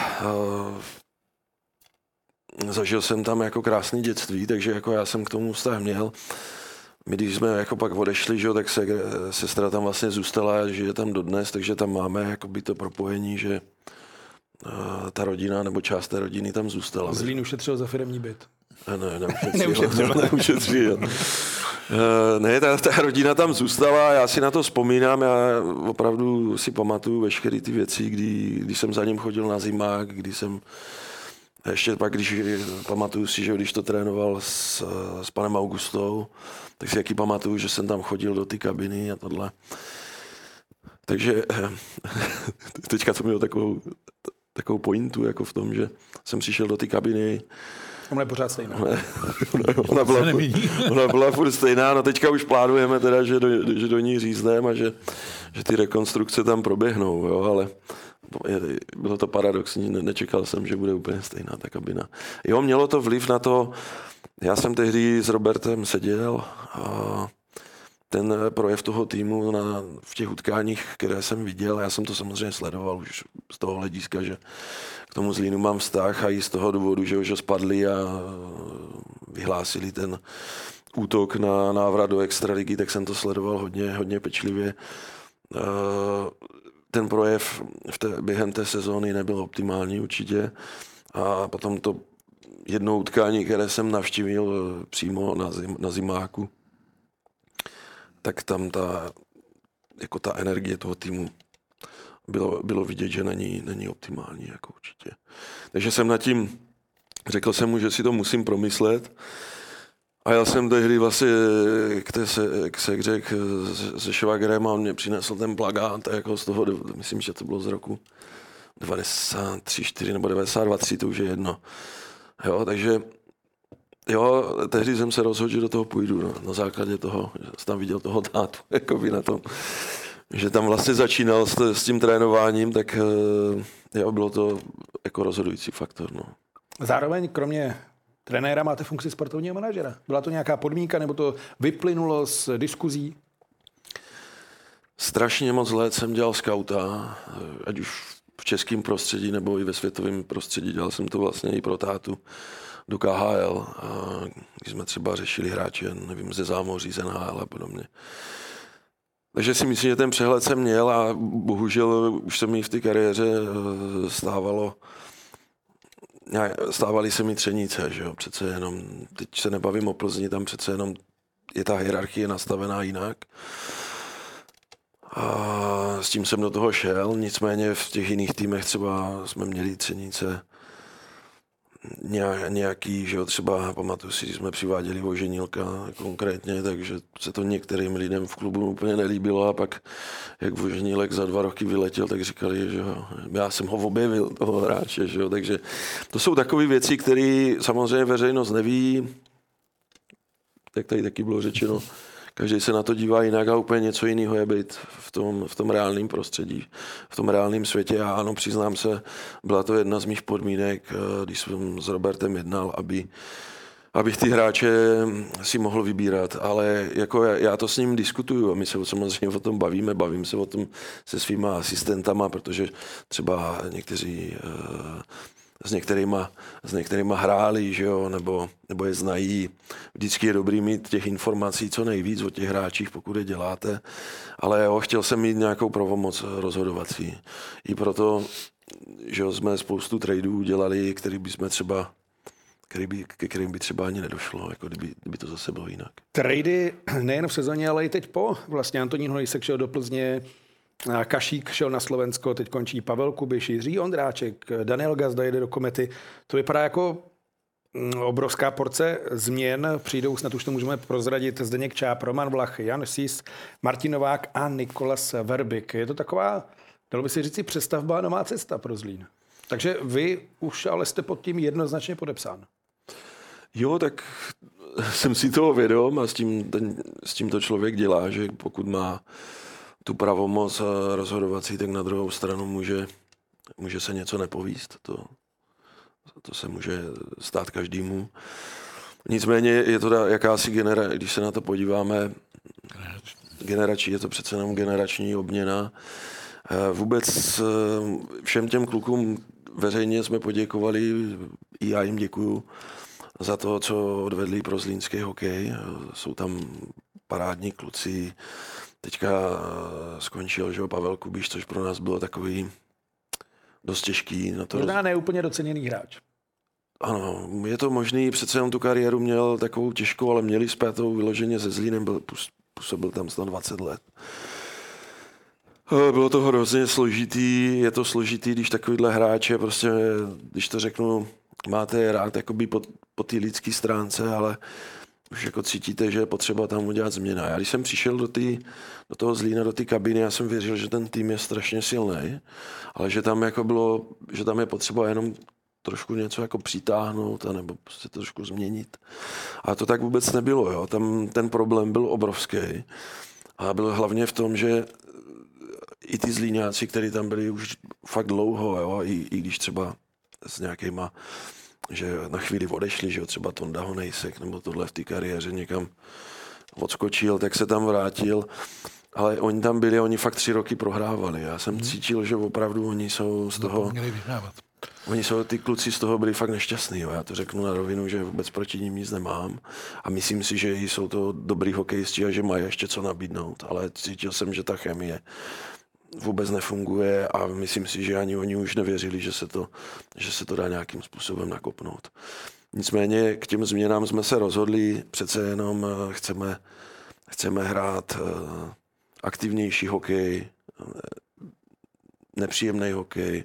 zažil jsem tam jako krásný dětství, takže jako já jsem k tomu vztah měl. My, když jsme jako pak odešli, že, tak se, sestra tam vlastně zůstala, žije tam dodnes, takže tam máme jakoby to propojení, že ta rodina nebo část té rodiny tam zůstala.
Zlín ušetřil za firemní byt.
Ne, neušetřil. neušetřil. neušetřil. Ne, ta, ta rodina tam zůstala, já si na to vzpomínám, já opravdu si pamatuju veškeré ty věci, kdy, když jsem za ním chodil na zimák, kdy jsem ještě pak, když pamatuju si, že když to trénoval s, s panem Augustou, tak si jaký pamatuju, že jsem tam chodil do té kabiny a tohle. Takže teďka to mělo takovou, takovou pointu jako v tom, že jsem přišel do té kabiny.
Ona je pořád stejná.
Ona byla, ona byla furt stejná, no teďka už plánujeme teda, že do, že do ní řízneme a že, že ty rekonstrukce tam proběhnou, jo, ale bylo to paradoxní, ne, nečekal jsem, že bude úplně stejná ta kabina. Jo, mělo to vliv na to, já jsem tehdy s Robertem seděl a ten projev toho týmu na, v těch utkáních, které jsem viděl, já jsem to samozřejmě sledoval už z toho hlediska, že k tomu Zlínu mám vztah a i z toho důvodu, že už spadli a vyhlásili ten útok na návrat do extraligy, tak jsem to sledoval hodně, hodně pečlivě. Ten projev v té, během té sezóny nebyl optimální určitě a potom to jedno utkání, které jsem navštívil přímo na, zim, na zimáku, tak tam ta, jako ta energie toho týmu bylo, bylo vidět, že není, není optimální, jako určitě. Takže jsem nad tím, řekl jsem mu, že si to musím promyslet a já jsem tehdy vlastně k té se, k sekře se švagrem a on mě přinesl ten plakát, jako z toho, myslím, že to bylo z roku devadesát tři čtyři nebo devadesát dva tři, to už je jedno. Jo, takže jo, tehdy jsem se rozhodl, že do toho půjdu, no, na základě toho, že jsem tam viděl toho tátu, jako by na tom, že tam vlastně začínal s, s tím trénováním, tak jo, bylo to jako rozhodující faktor. No.
Zároveň kromě trenéra máte funkci sportovního manažera. Byla to nějaká podmínka, nebo to vyplynulo z diskuzí?
Strašně moc let jsem dělal skauta, ať už v českém prostředí, nebo i ve světovém prostředí. Dělal jsem to vlastně i pro tátu do K H L, a když jsme třeba řešili hráče, nevím, ze zámoří, z N H L a podobně. Takže si myslím, že ten přehled jsem měl a bohužel už se mi v té kariéře stávalo, stávaly se mi třenice, že jo, přece jenom, teď se nebavím o Plzni, tam přece jenom je ta hierarchie nastavená jinak. A s tím jsem do toho šel, nicméně v těch jiných týmech třeba jsme měli třenice nějaký, že jo, třeba pamatuju si, že jsme přiváděli Voženílka konkrétně, takže se to některým lidem v klubu úplně nelíbilo a pak, jak Voženílek za dva roky vyletěl, tak říkali, že jo, já jsem ho objevil, toho hráče, že jo, takže to jsou takové věci, které samozřejmě veřejnost neví, jak tady taky bylo řečeno, každý se na to dívá jinak a úplně něco jiného je být v tom, v tom reálném prostředí, v tom reálném světě. A ano, přiznám se, byla to jedna z mých podmínek, když jsem s Robertem jednal, aby abych ty hráče si mohl vybírat, ale jako já, já to s ním diskutuju a my se samozřejmě o tom bavíme, bavím se o tom se svýma asistentama, protože třeba někteří s některýma, s některýma hráli, že jo, nebo, nebo je znají. Vždycky je dobrý mít těch informací co nejvíc o těch hráčích, pokud je děláte, ale jo, chtěl jsem mít nějakou pravomoc rozhodovací. I proto, že jo, jsme spoustu tradeů dělali, který bychom třeba Který by, ke kterým by třeba ani nedošlo, jako kdyby, kdyby to zase bylo jinak.
Trady nejen v sezóně, ale i teď po. Vlastně Antonín Hnojsek šel do Plzně, Kašík šel na Slovensko, teď končí Pavel Kubiš, Jiří Ondráček, Daniel Gazda jede do Komety. To vypadá jako obrovská porce změn. Přijdou, snad už to můžeme prozradit, Zdeněk Čáp, Roman Vlach, Jan Sis, Martin Novák a Nikolas Verbik. Je to taková, dalo by se říct, přestavba, nová cesta pro Zlín. Takže vy už ale jste pod tím jednoznačně podepsán.
Jo, tak jsem si toho vědom a s tím, ten, s tím to člověk dělá, že pokud má tu pravomoc rozhodovací, tak na druhou stranu může, může se něco nepovíst. To, to se může stát každému. Nicméně je to jakási generace, když se na to podíváme, generační, je to přece jenom generační obměna. Vůbec všem těm klukům veřejně jsme poděkovali, i já jim děkuju za to, co odvedli pro zlínský hokej. Jsou tam parádní kluci. Teďka skončil, že Pavel Kubiš, což pro nás bylo takový dost těžký. Na to
Možná ne úplně doceněný hráč.
Ano, je to možný, přece jenom tu kariéru měl takovou těžkou, ale měli zpětou vyloženě se Zlínem, byl, působil tam snad dvacet let. Bylo to hrozně složitý, je to složitý, když takovýhle hráče, prostě, když to řeknu, máte je rád jakoby po, po té lidské stránce, ale už jako cítíte, že je potřeba tam udělat změna. Já když jsem přišel do, tý, do toho Zlína, do té kabiny, já jsem věřil, že ten tým je strašně silný, ale že tam, jako bylo, že tam je potřeba jenom trošku něco jako přitáhnout a nebo prostě trošku změnit. A to tak vůbec nebylo. Jo. Tam ten problém byl obrovský a byl hlavně v tom, že i ty Zlíňáci, kteří tam byli už fakt dlouho, jo, i, i když třeba s nějakýma, že na chvíli odešli, že jo, třeba Tonda Honejsek nebo tohle v té kariéře někam odskočil, tak se tam vrátil, ale oni tam byli, oni fakt tři roky prohrávali. Já jsem hmm. cítil, že opravdu oni jsou z toho... Oni jsou, ty kluci z toho byli fakt nešťastní. Jo. Já to řeknu na rovinu, že vůbec proti nim nic nemám. A myslím si, že jsou to dobrý hokejisti a že mají ještě co nabídnout. Ale cítil jsem, že ta chemie vůbec nefunguje a myslím si, že ani oni už nevěřili, že se to, že se to dá nějakým způsobem nakopnout. Nicméně k těm změnám jsme se rozhodli, přece jenom chceme, chceme hrát aktivnější hokej, nepříjemný hokej.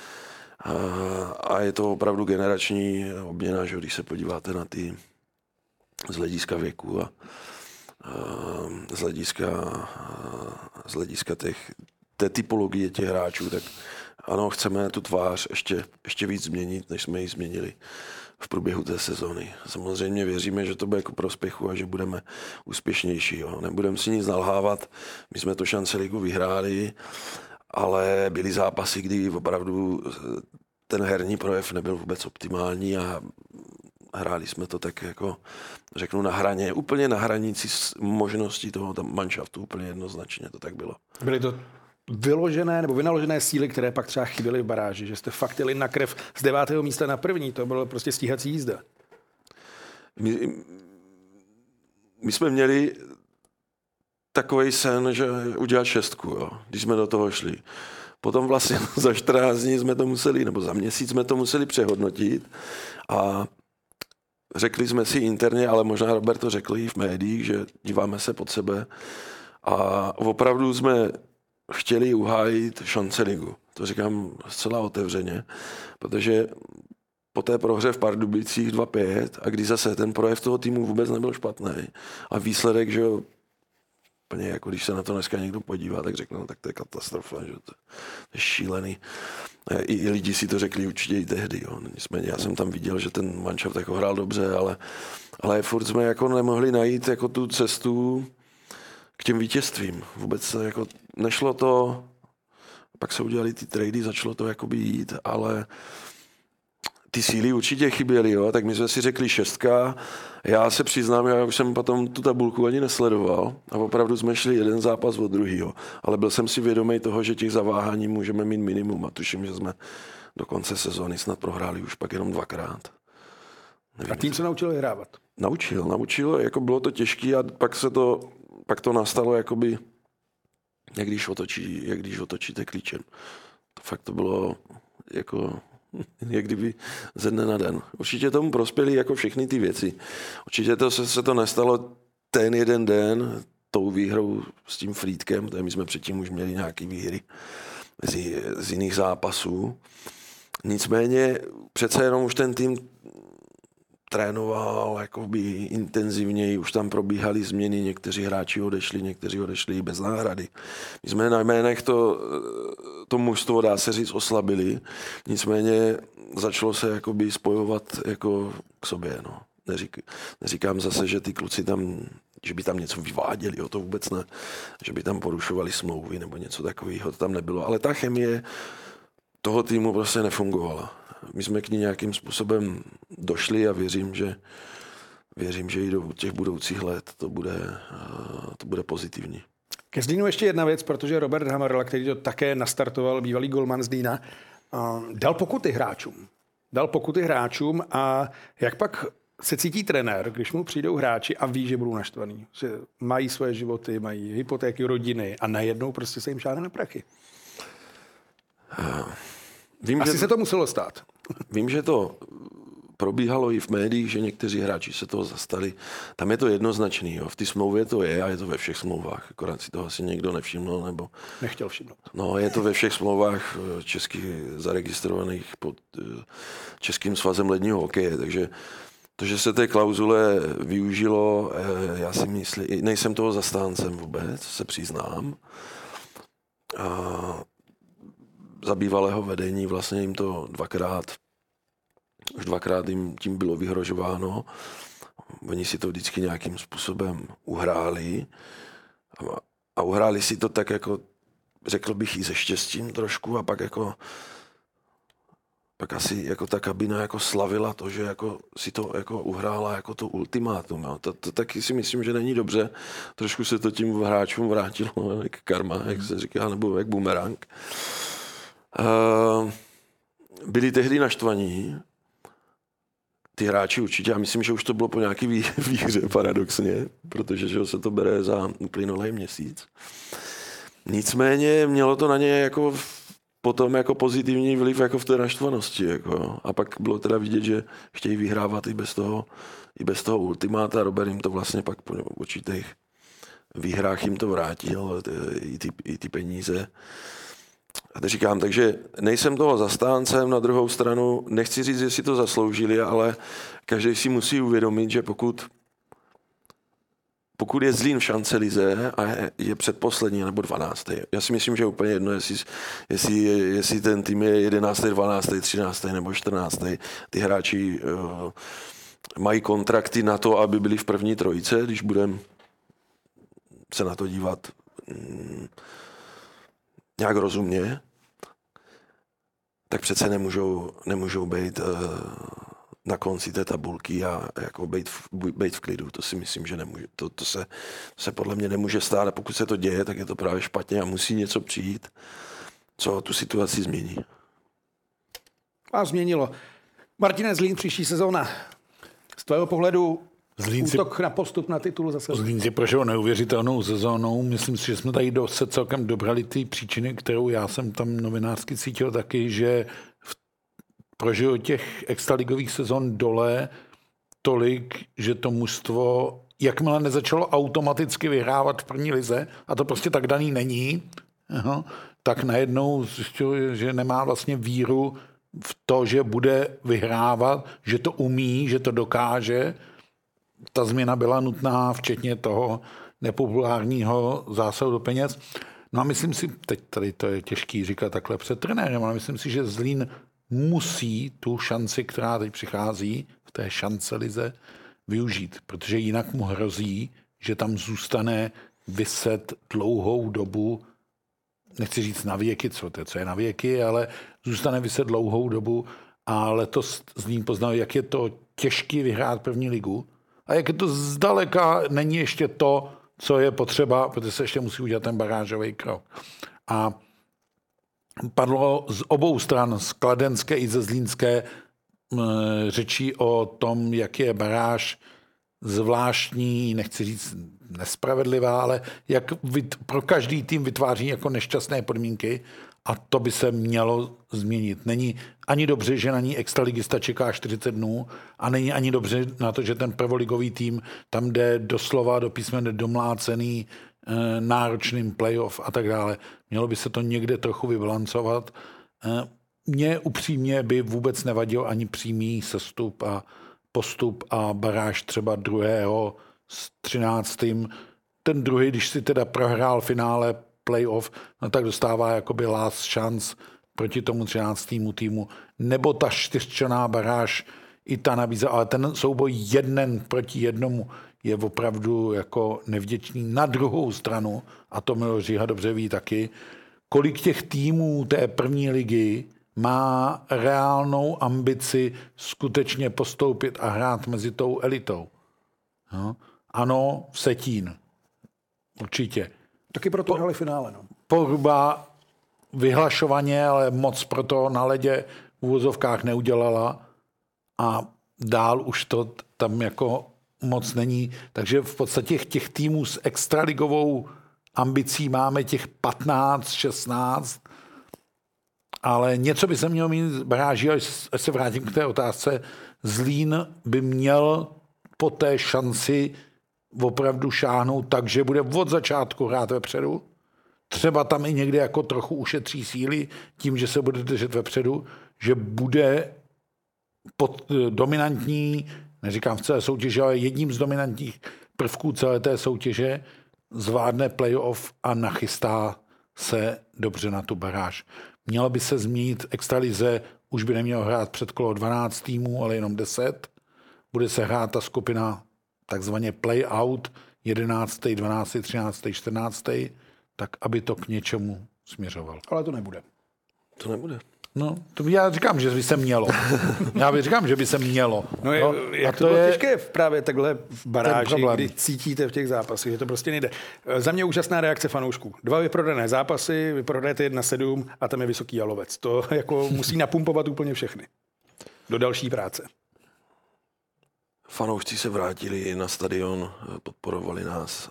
A je to opravdu generační obměna, že když se podíváte na ty z hlediska věku a, a z hlediska, z hlediska těch, té typologie těch hráčů, tak ano, chceme tu tvář ještě, ještě víc změnit, než jsme ji změnili v průběhu té sezóny. Samozřejmě věříme, že to bude jako prospěchu a že budeme úspěšnější. Jo. Nebudeme si nic nalhávat, my jsme to šance ligu vyhráli, ale byly zápasy, kdy opravdu ten herní projev nebyl vůbec optimální a hráli jsme to tak jako, řeknu, na hraně, úplně na hranici možností toho manšaftu, úplně jednoznačně to tak bylo.
Byly to vyložené nebo vynaložené síly, které pak třeba chyběly v baráži, že jste fakt jeli na krev z devátého místa na první, to bylo prostě stíhací jízda.
My, my jsme měli takovej sen, že udělat šestku, jo, když jsme do toho šli. Potom vlastně za čtrnáct dní jsme to museli, nebo za měsíc jsme to museli přehodnotit a řekli jsme si interně, ale možná Robert to řekl i v médiích, že díváme se pod sebe a opravdu jsme chtěli uhájit šance ligu. To říkám zcela otevřeně, protože po té prohře v Pardubicích dva pět a když zase ten projev toho týmu vůbec nebyl špatný a výsledek, že úplně jako když se na to dneska někdo podívá, tak řekne, no tak to je katastrofa, že to je šílený. I, i lidi si to řekli určitě i tehdy. Jo. Nicméně já jsem tam viděl, že ten manšaft jako hrál dobře, ale, ale furt jsme jako nemohli najít jako tu cestu, k těm vítězstvím. Vůbec jako nešlo to, pak se udělali ty trady, začalo to jakoby jít, ale ty síly určitě chyběly, jo? Tak my jsme si řekli šestka. Já se přiznám, já už jsem potom tu tabulku ani nesledoval a opravdu jsme šli jeden zápas od druhýho. Ale byl jsem si vědomý toho, že těch zaváhání můžeme mít minimum a tuším, že jsme do konce sezóny snad prohráli už pak jenom dvakrát.
Nevím, a tým se naučil hrávat?
Naučil, naučil, jako bylo to těžké a pak se to, pak to nastalo jakoby, jak když, otočí, jak když otočíte klíčem. To fakt to bylo jako jak kdyby ze dne na den. Určitě tomu prospěly jako všechny ty věci. Určitě to se, se to nestalo ten jeden den tou výhrou s tím Frýdkem, my jsme předtím už měli nějaké výhry z, z jiných zápasů. Nicméně přece jenom už ten tým trénoval jakoby intenzivněji, už tam probíhaly změny, někteří hráči odešli, někteří odešli bez náhrady. My jsme na jménech to, to mužstvo, dá se říct, oslabili, nicméně začalo se jakoby spojovat jako k sobě. No. Neřík, neříkám zase, že ty kluci tam, že by tam něco vyváděli, o to vůbec ne, že by tam porušovali smlouvy nebo něco takového, to tam nebylo, ale ta chemie toho týmu prostě nefungovala. My jsme k ní nějakým způsobem došli a věřím, že, věřím, že i do těch budoucích let to bude, to bude pozitivní.
Ke Zlínu ještě jedna věc, protože Robert Hamrla, který to také nastartoval, bývalý golman Zlína, dal pokuty hráčům. Dal pokuty hráčům a jak pak se cítí trenér, když mu přijdou hráči a ví, že budou naštvaný. Že mají své životy, mají hypotéky, rodiny a najednou prostě se jim šáhne na prachy. Vím, Asi že se to muselo stát.
Vím, že to probíhalo i v médiích, že někteří hráči se toho zastali. Tam je to jednoznačný. Jo. V té smlouvě to je a je to ve všech smlouvách. Akorát si toho asi někdo nevšiml. Nebo...
Nechtěl všimnout.
No, je to ve všech smlouvách česky zaregistrovaných pod Českým svazem ledního hokeje. Takže to, že se té klauzule využilo, já si myslím, nejsem toho zastáncem vůbec, se přiznám. A za bývalého vedení vlastně jim to dvakrát, už dvakrát jim tím bylo vyhrožováno. Oni si to vždycky nějakým způsobem uhráli. A, a uhráli si to tak jako, řekl bych, i se štěstím trošku a pak jako pak asi jako ta kabina jako slavila to, že jako si to jako uhrála jako to ultimátum. Jo. To, to taky si myslím, že není dobře. Trošku se to tím hráčům vrátilo jak karma, jak se říká, nebo jak bumerang. Uh, byli tehdy naštvaní, ty hráči určitě, já myslím, že už to bylo po nějaký vý, výhře paradoxně, protože že se to bere za uplynulý měsíc. Nicméně mělo to na ně jako potom jako pozitivní vliv jako v té naštvanosti. Jako. A pak bylo teda vidět, že chtějí vyhrávat i bez toho, i bez toho ultimáta. Robert jim to vlastně pak po určitých výhrách jim to vrátil, i ty, i ty peníze. A to říkám, takže nejsem toho zastáncem, na druhou stranu nechci říct, že si to zasloužili, ale každý si musí uvědomit, že pokud, pokud je Zlín v šance lize a je, je předposlední nebo dvanáctý. Já si myslím, že je úplně jedno, jestli, jestli, jestli ten tým je jedenáctý, dvanáctý, třináctý nebo čtrnáctý. Ty hráči uh, mají kontrakty na to, aby byli v první trojice, když budeme se na to dívat um, nějak rozumně, tak přece nemůžou, nemůžou být uh, na konci té tabulky a jako být v, být v klidu. To si myslím, že nemůže. To, to, se, to se podle mě nemůže stát a pokud se to děje, tak je to právě špatně a musí něco přijít, co tu situaci změní.
A změnilo. Martine, Zlín příští sezóna. Z tvého pohledu Zlín útok si, na postup na titul zase.
Zlín si prošel neuvěřitelnou sezónou. Myslím si, že jsme tady do, se celkem dobrali ty příčiny, kterou já jsem tam novinářsky cítil taky, že v, prožil těch extraligových sezon dole tolik, že to mužstvo, jakmile nezačalo automaticky vyhrávat v první lize, a to prostě tak daný není, aha, tak najednou zjistil, že nemá vlastně víru v to, že bude vyhrávat, že to umí, že to dokáže. Ta změna byla nutná, včetně toho nepopulárního zásahu do peněz. No a myslím si, teď tady to je těžký říkat takhle před trenérem, ale myslím si, že Zlín musí tu šanci, která teď přichází v té šance lize, využít, protože jinak mu hrozí, že tam zůstane vyset dlouhou dobu, nechci říct na věky, co, to, co je na věky, ale zůstane vyset dlouhou dobu a letos z ní poznal, jak je to těžký vyhrát první ligu a jak je to zdaleka není ještě to, co je potřeba, protože se ještě musí udělat ten barážový krok. A padlo z obou stran, z kladenské i ze zlínské, řečí o tom, jak je baráž zvláštní, nechci říct nespravedlivá, ale jak pro každý tým vytváří jako nešťastné podmínky a to by se mělo změnit. Není ani dobře, že na ní extraligista čeká čtyřicet dnů a není ani dobře na to, že ten prvoligový tým tam jde doslova do písmene domlácený e, náročným playoff a tak dále. Mělo by se to někde trochu vybalancovat. E, Mně upřímně by vůbec nevadil ani přímý sestup a postup a baráž třeba druhého s třináctým. Ten druhý, když si teda prohrál finále playoff, no tak dostává jakoby last chance proti tomu třináctému týmu. Nebo ta čtyřčlenná baráž i ta nabízí, ale ten souboj jeden proti jednomu je opravdu jako nevděčný. Na druhou stranu, a to Miloš Říha dobře ví taky, kolik těch týmů té první ligy má reálnou ambici skutečně postoupit a hrát mezi tou elitou. No. Ano, Vsetín. Určitě.
Taky proto hráli finále. No.
Poruba vyhlašovaně, ale moc proto na ledě v uvozovkách neudělala a dál už to tam jako moc není. Takže v podstatě těch týmů s extraligovou ambicí máme těch patnáct, šestnáct, ale něco by se mělo mít z baráží, až se vrátím k té otázce. Zlín by měl po té šanci opravdu šáhnout tak, že bude od začátku hrát vepředu. Třeba tam i někde jako trochu ušetří síly tím, že se bude držet vepředu, že bude pod, dominantní, neříkám v celé soutěži, ale jedním z dominantních prvků celé té soutěže, zvládne playoff a nachystá se dobře na tu baráž. Mělo by se změnit extralize, už by nemělo hrát před kolo dvanáct týmů, ale jenom deset. Bude se hrát ta skupina takzvaně play-out, jedenáctý, dvanáctý, třináctý, čtrnáctý, tak aby to k něčemu směřovalo.
Ale to nebude.
To nebude.
No, to já říkám, že by se mělo. Já bych říkám, že by se mělo.
No, je,
no
jak to, to bylo je těžké právě takhle v baráži, kdy cítíte v těch zápasech, že to prostě nejde. Za mě úžasná reakce fanoušků. Dva vyprodané zápasy, vyprodajete jedna sedm a tam je vysoký jalovec. To jako musí napumpovat úplně všechny. Do další práce.
Fanoušci se vrátili na stadion, podporovali nás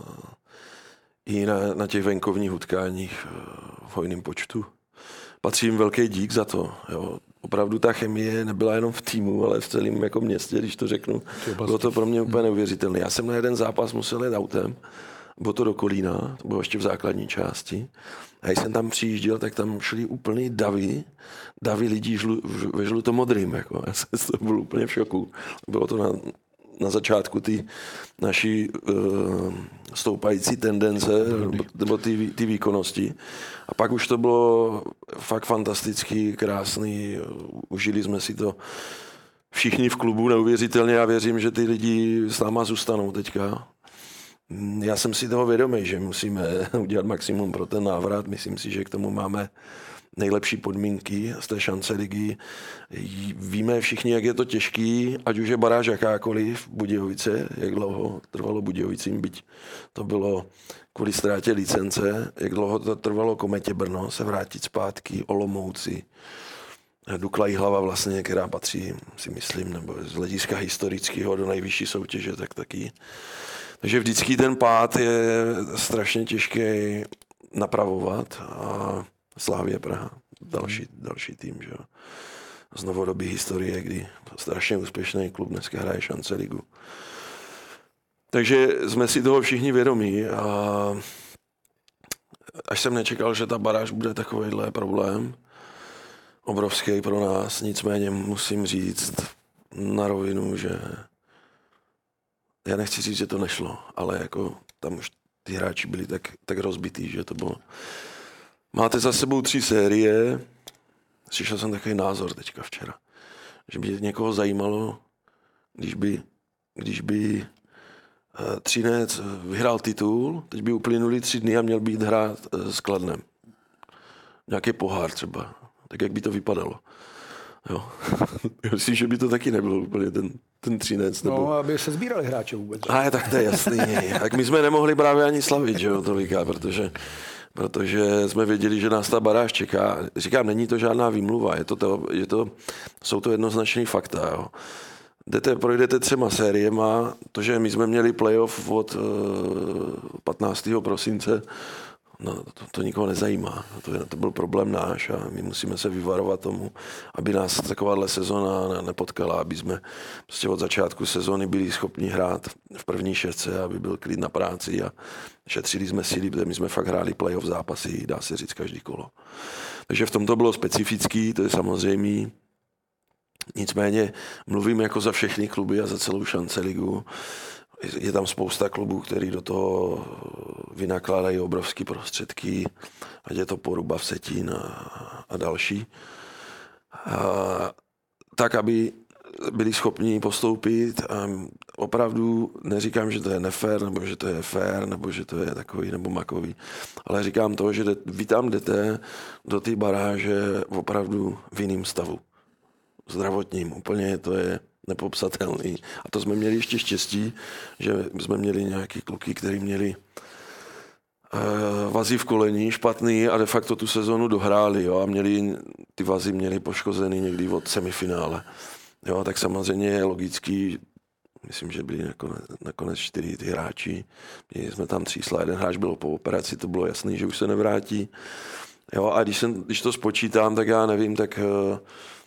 i na, na těch venkovních utkáních v hojném počtu. Patří jim velký dík za to. Jo. Opravdu ta chemie nebyla jenom v týmu, ale v celém jako městě, když to řeknu. Bylo to pro mě úplně neuvěřitelné. Já jsem na jeden zápas musel jít autem, bylo to do Kolína, to bylo ještě v základní části. A když jsem tam přijížděl, tak tam šli úplný davy, davy lidí žlu, ve žlutomodrým. Jako. Já jsem to byl úplně v šoku. Bylo to na, na začátku ty naší uh, stoupající tendence nebo ty, ty výkonnosti. A pak už to bylo fakt fantastický, krásný. Užili jsme si to všichni v klubu neuvěřitelně. Já věřím, že ty lidi s náma zůstanou teďka. Já jsem si toho vědomý, že musíme udělat maximum pro ten návrat. Myslím si, že k tomu máme nejlepší podmínky z té šance ligy. Víme všichni, jak je to těžký, ať už je baráž jakákoliv, Budějovice, jak dlouho trvalo Budějovicím, byť to bylo kvůli ztrátě licence, jak dlouho to trvalo Kometě Brno se vrátit zpátky, Olomouci, Dukla Jihlava vlastně, která patří, si myslím, nebo z hlediska historického do nejvyšší soutěže, tak taky. Takže vždycky ten pád je strašně těžký napravovat a Slávie Praha, další, další tým, že jo. Z novodobí historie, kdy strašně úspěšný klub dneska hraje šance ligu. Takže jsme si toho všichni vědomí a až jsem nečekal, že ta baráž bude takovýhle problém, obrovský pro nás, nicméně musím říct na rovinu, že já nechci říct, že to nešlo, ale jako tam už ty hráči byli tak, tak rozbitý, že to bylo. Máte za sebou tři série, slyšel jsem takový názor teďka včera, že by někoho zajímalo, když by, když by Třinec vyhrál titul, teď by uplynuli tři dny a měl být hrát s Kladnem. Nějaký pohár třeba, tak jak by to vypadalo. Jo. Myslím, že by to taky nebylo úplně ten, ten Třinec. Nebo...
No, aby se sbírali hráče vůbec.
A tak to je jasný. Tak my jsme nemohli právě ani slavit, že jo, tolika, protože, protože jsme věděli, že nás ta baráž čeká. Říkám, není to žádná výmluva, je to to, je to, jsou to jednoznačný fakta. Jo. Jdete, projdete třema sériema, to, že my jsme měli playoff od patnáctého prosince, no, to, to nikoho nezajímá. To, to byl problém náš a my musíme se vyvarovat tomu, aby nás takováhle sezona nepotkala, aby jsme prostě od začátku sezony byli schopni hrát v první šestce, aby byl klid na práci a šetřili jsme síly, protože my jsme fakt hráli playoff zápasy, dá se říct každý kolo. Takže v tom to bylo specifický, to je samozřejmé. Nicméně mluvím jako za všechny kluby a za celou šance ligu. Je tam spousta klubů, který do toho vynakládají obrovské prostředky, ať je to Poruba, Vsetín a, a další. A, tak, aby byli schopni postoupit a opravdu neříkám, že to je nefér, nebo že to je fér, nebo že to je takový nebo makový, ale říkám to, že vy tam jdete do té baráže opravdu v jiném stavu. Zdravotním, úplně to je nepopsatelný. A to jsme měli ještě štěstí, že jsme měli nějaký kluky, kteří měli uh, vazy v kolení špatný a de facto tu sezonu dohráli. Jo, a měli, ty vazy měli poškozený někdy od semifinále. Jo, tak samozřejmě je logický, myslím, že byli nakonec, nakonec čtyři ty hráči. Měli jsme tam třísla, jeden hráč byl po operaci, to bylo jasný, že už se nevrátí. Jo, a když, jsem, když to spočítám, tak já nevím, tak uh,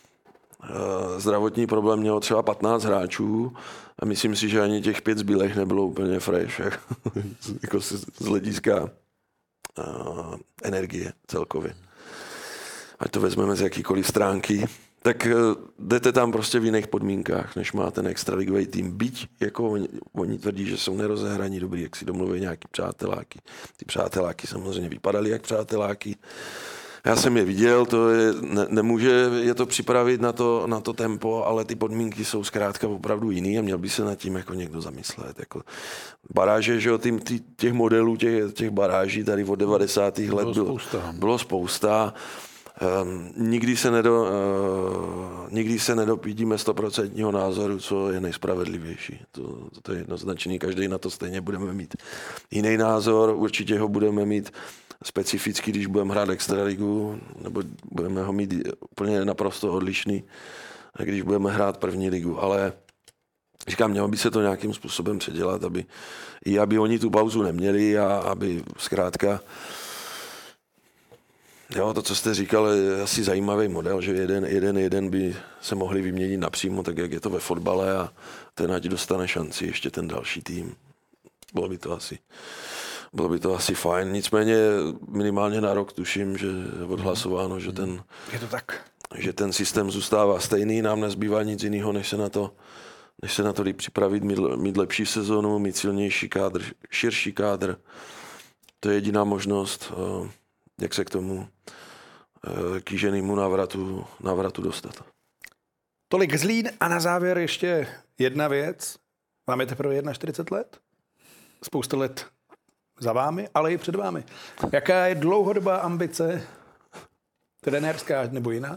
zdravotní problém mělo třeba patnáct hráčů a myslím si, že ani těch pět zbylých nebylo úplně fresh, jako z hlediska uh, energie celkově. Ať to vezmeme z jakýkoliv stránky, tak uh, jdete tam prostě v jiných podmínkách, než má ten extraligový tým. Byť, jako oni, oni tvrdí, že jsou nerozehraní dobrý, jak si domluví nějaký přáteláky. Ty přáteláky samozřejmě vypadaly jak přáteláky. Já jsem je viděl, to je, ne, nemůže je to připravit na to, na to tempo, ale ty podmínky jsou zkrátka opravdu jiný a měl by se nad tím jako někdo zamyslet. Jako baráže, že jo, tým, tý, těch modelů, těch, těch baráží tady od devadesátých let bylo spousta. Bylo spousta. Um, nikdy se, nedo, uh, nikdy se nedopídíme stoprocentního názoru, co je nejspravedlivější. To, to je jednoznačný, každý na to stejně budeme mít jiný názor, určitě ho budeme mít specificky, když budeme hrát extraligu, nebo budeme ho mít úplně naprosto odlišný, když budeme hrát první ligu. Ale říkám, mělo by se to nějakým způsobem předělat, aby, i aby oni tu pauzu neměli a aby zkrátka jo, to, co jste říkal, je asi zajímavý model, že jeden, jeden, jeden by se mohli vyměnit napřímo, tak jak je to ve fotbale a ten ať dostane šanci ještě ten další tým. Bylo by to asi, bylo by to asi fajn. Nicméně minimálně na rok tuším, že je odhlasováno, že ten,
je to tak.
Že ten systém zůstává stejný, nám nezbývá nic jiného, než se na to, než se na to připravit, mít, mít lepší sezonu, mít silnější kádr, širší kádr. To je jediná možnost, jak se k tomu kýženému návratu, návratu dostat.
Tolik Zlín a na závěr ještě jedna věc. Máme teprve čtyřicet jedna let? Spousta let za vámi, ale i před vámi. Jaká je dlouhodobá ambice, trenérská nebo jiná?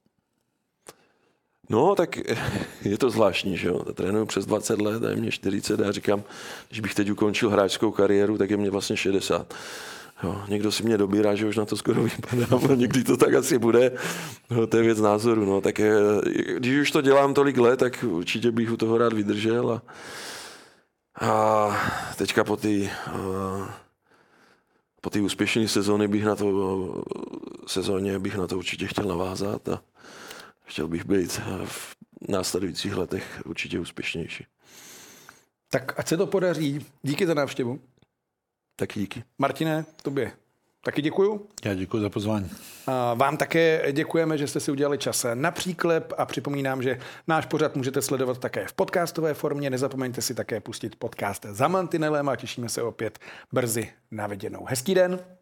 No, tak je to zvláštní, že jo. Trénuju přes dvacet let a je mě čtyřicet a já říkám, když bych teď ukončil hráčskou kariéru, tak je mě vlastně šedesát. Jo, někdo si mě dobírá, že už na to skoro vypadám, někdy to tak asi bude, no, to je věc názoru, no, tak je, když už to dělám tolik let, tak určitě bych u toho rád vydržel a, a teďka po té po té úspěšné sezóny bych na to sezóně bych na to určitě chtěl navázat a chtěl bych být v následujících letech určitě úspěšnější.
Tak ať se to podaří. Díky za návštěvu.
Taky díky.
Martine, tobě taky děkuju.
Já děkuji za pozvání.
A vám také děkujeme, že jste si udělali čas na příklep a připomínám, že náš pořad můžete sledovat také v podcastové formě. Nezapomeňte si také pustit podcast Za mantinelem a těšíme se opět brzy na viděnou. Hezký den.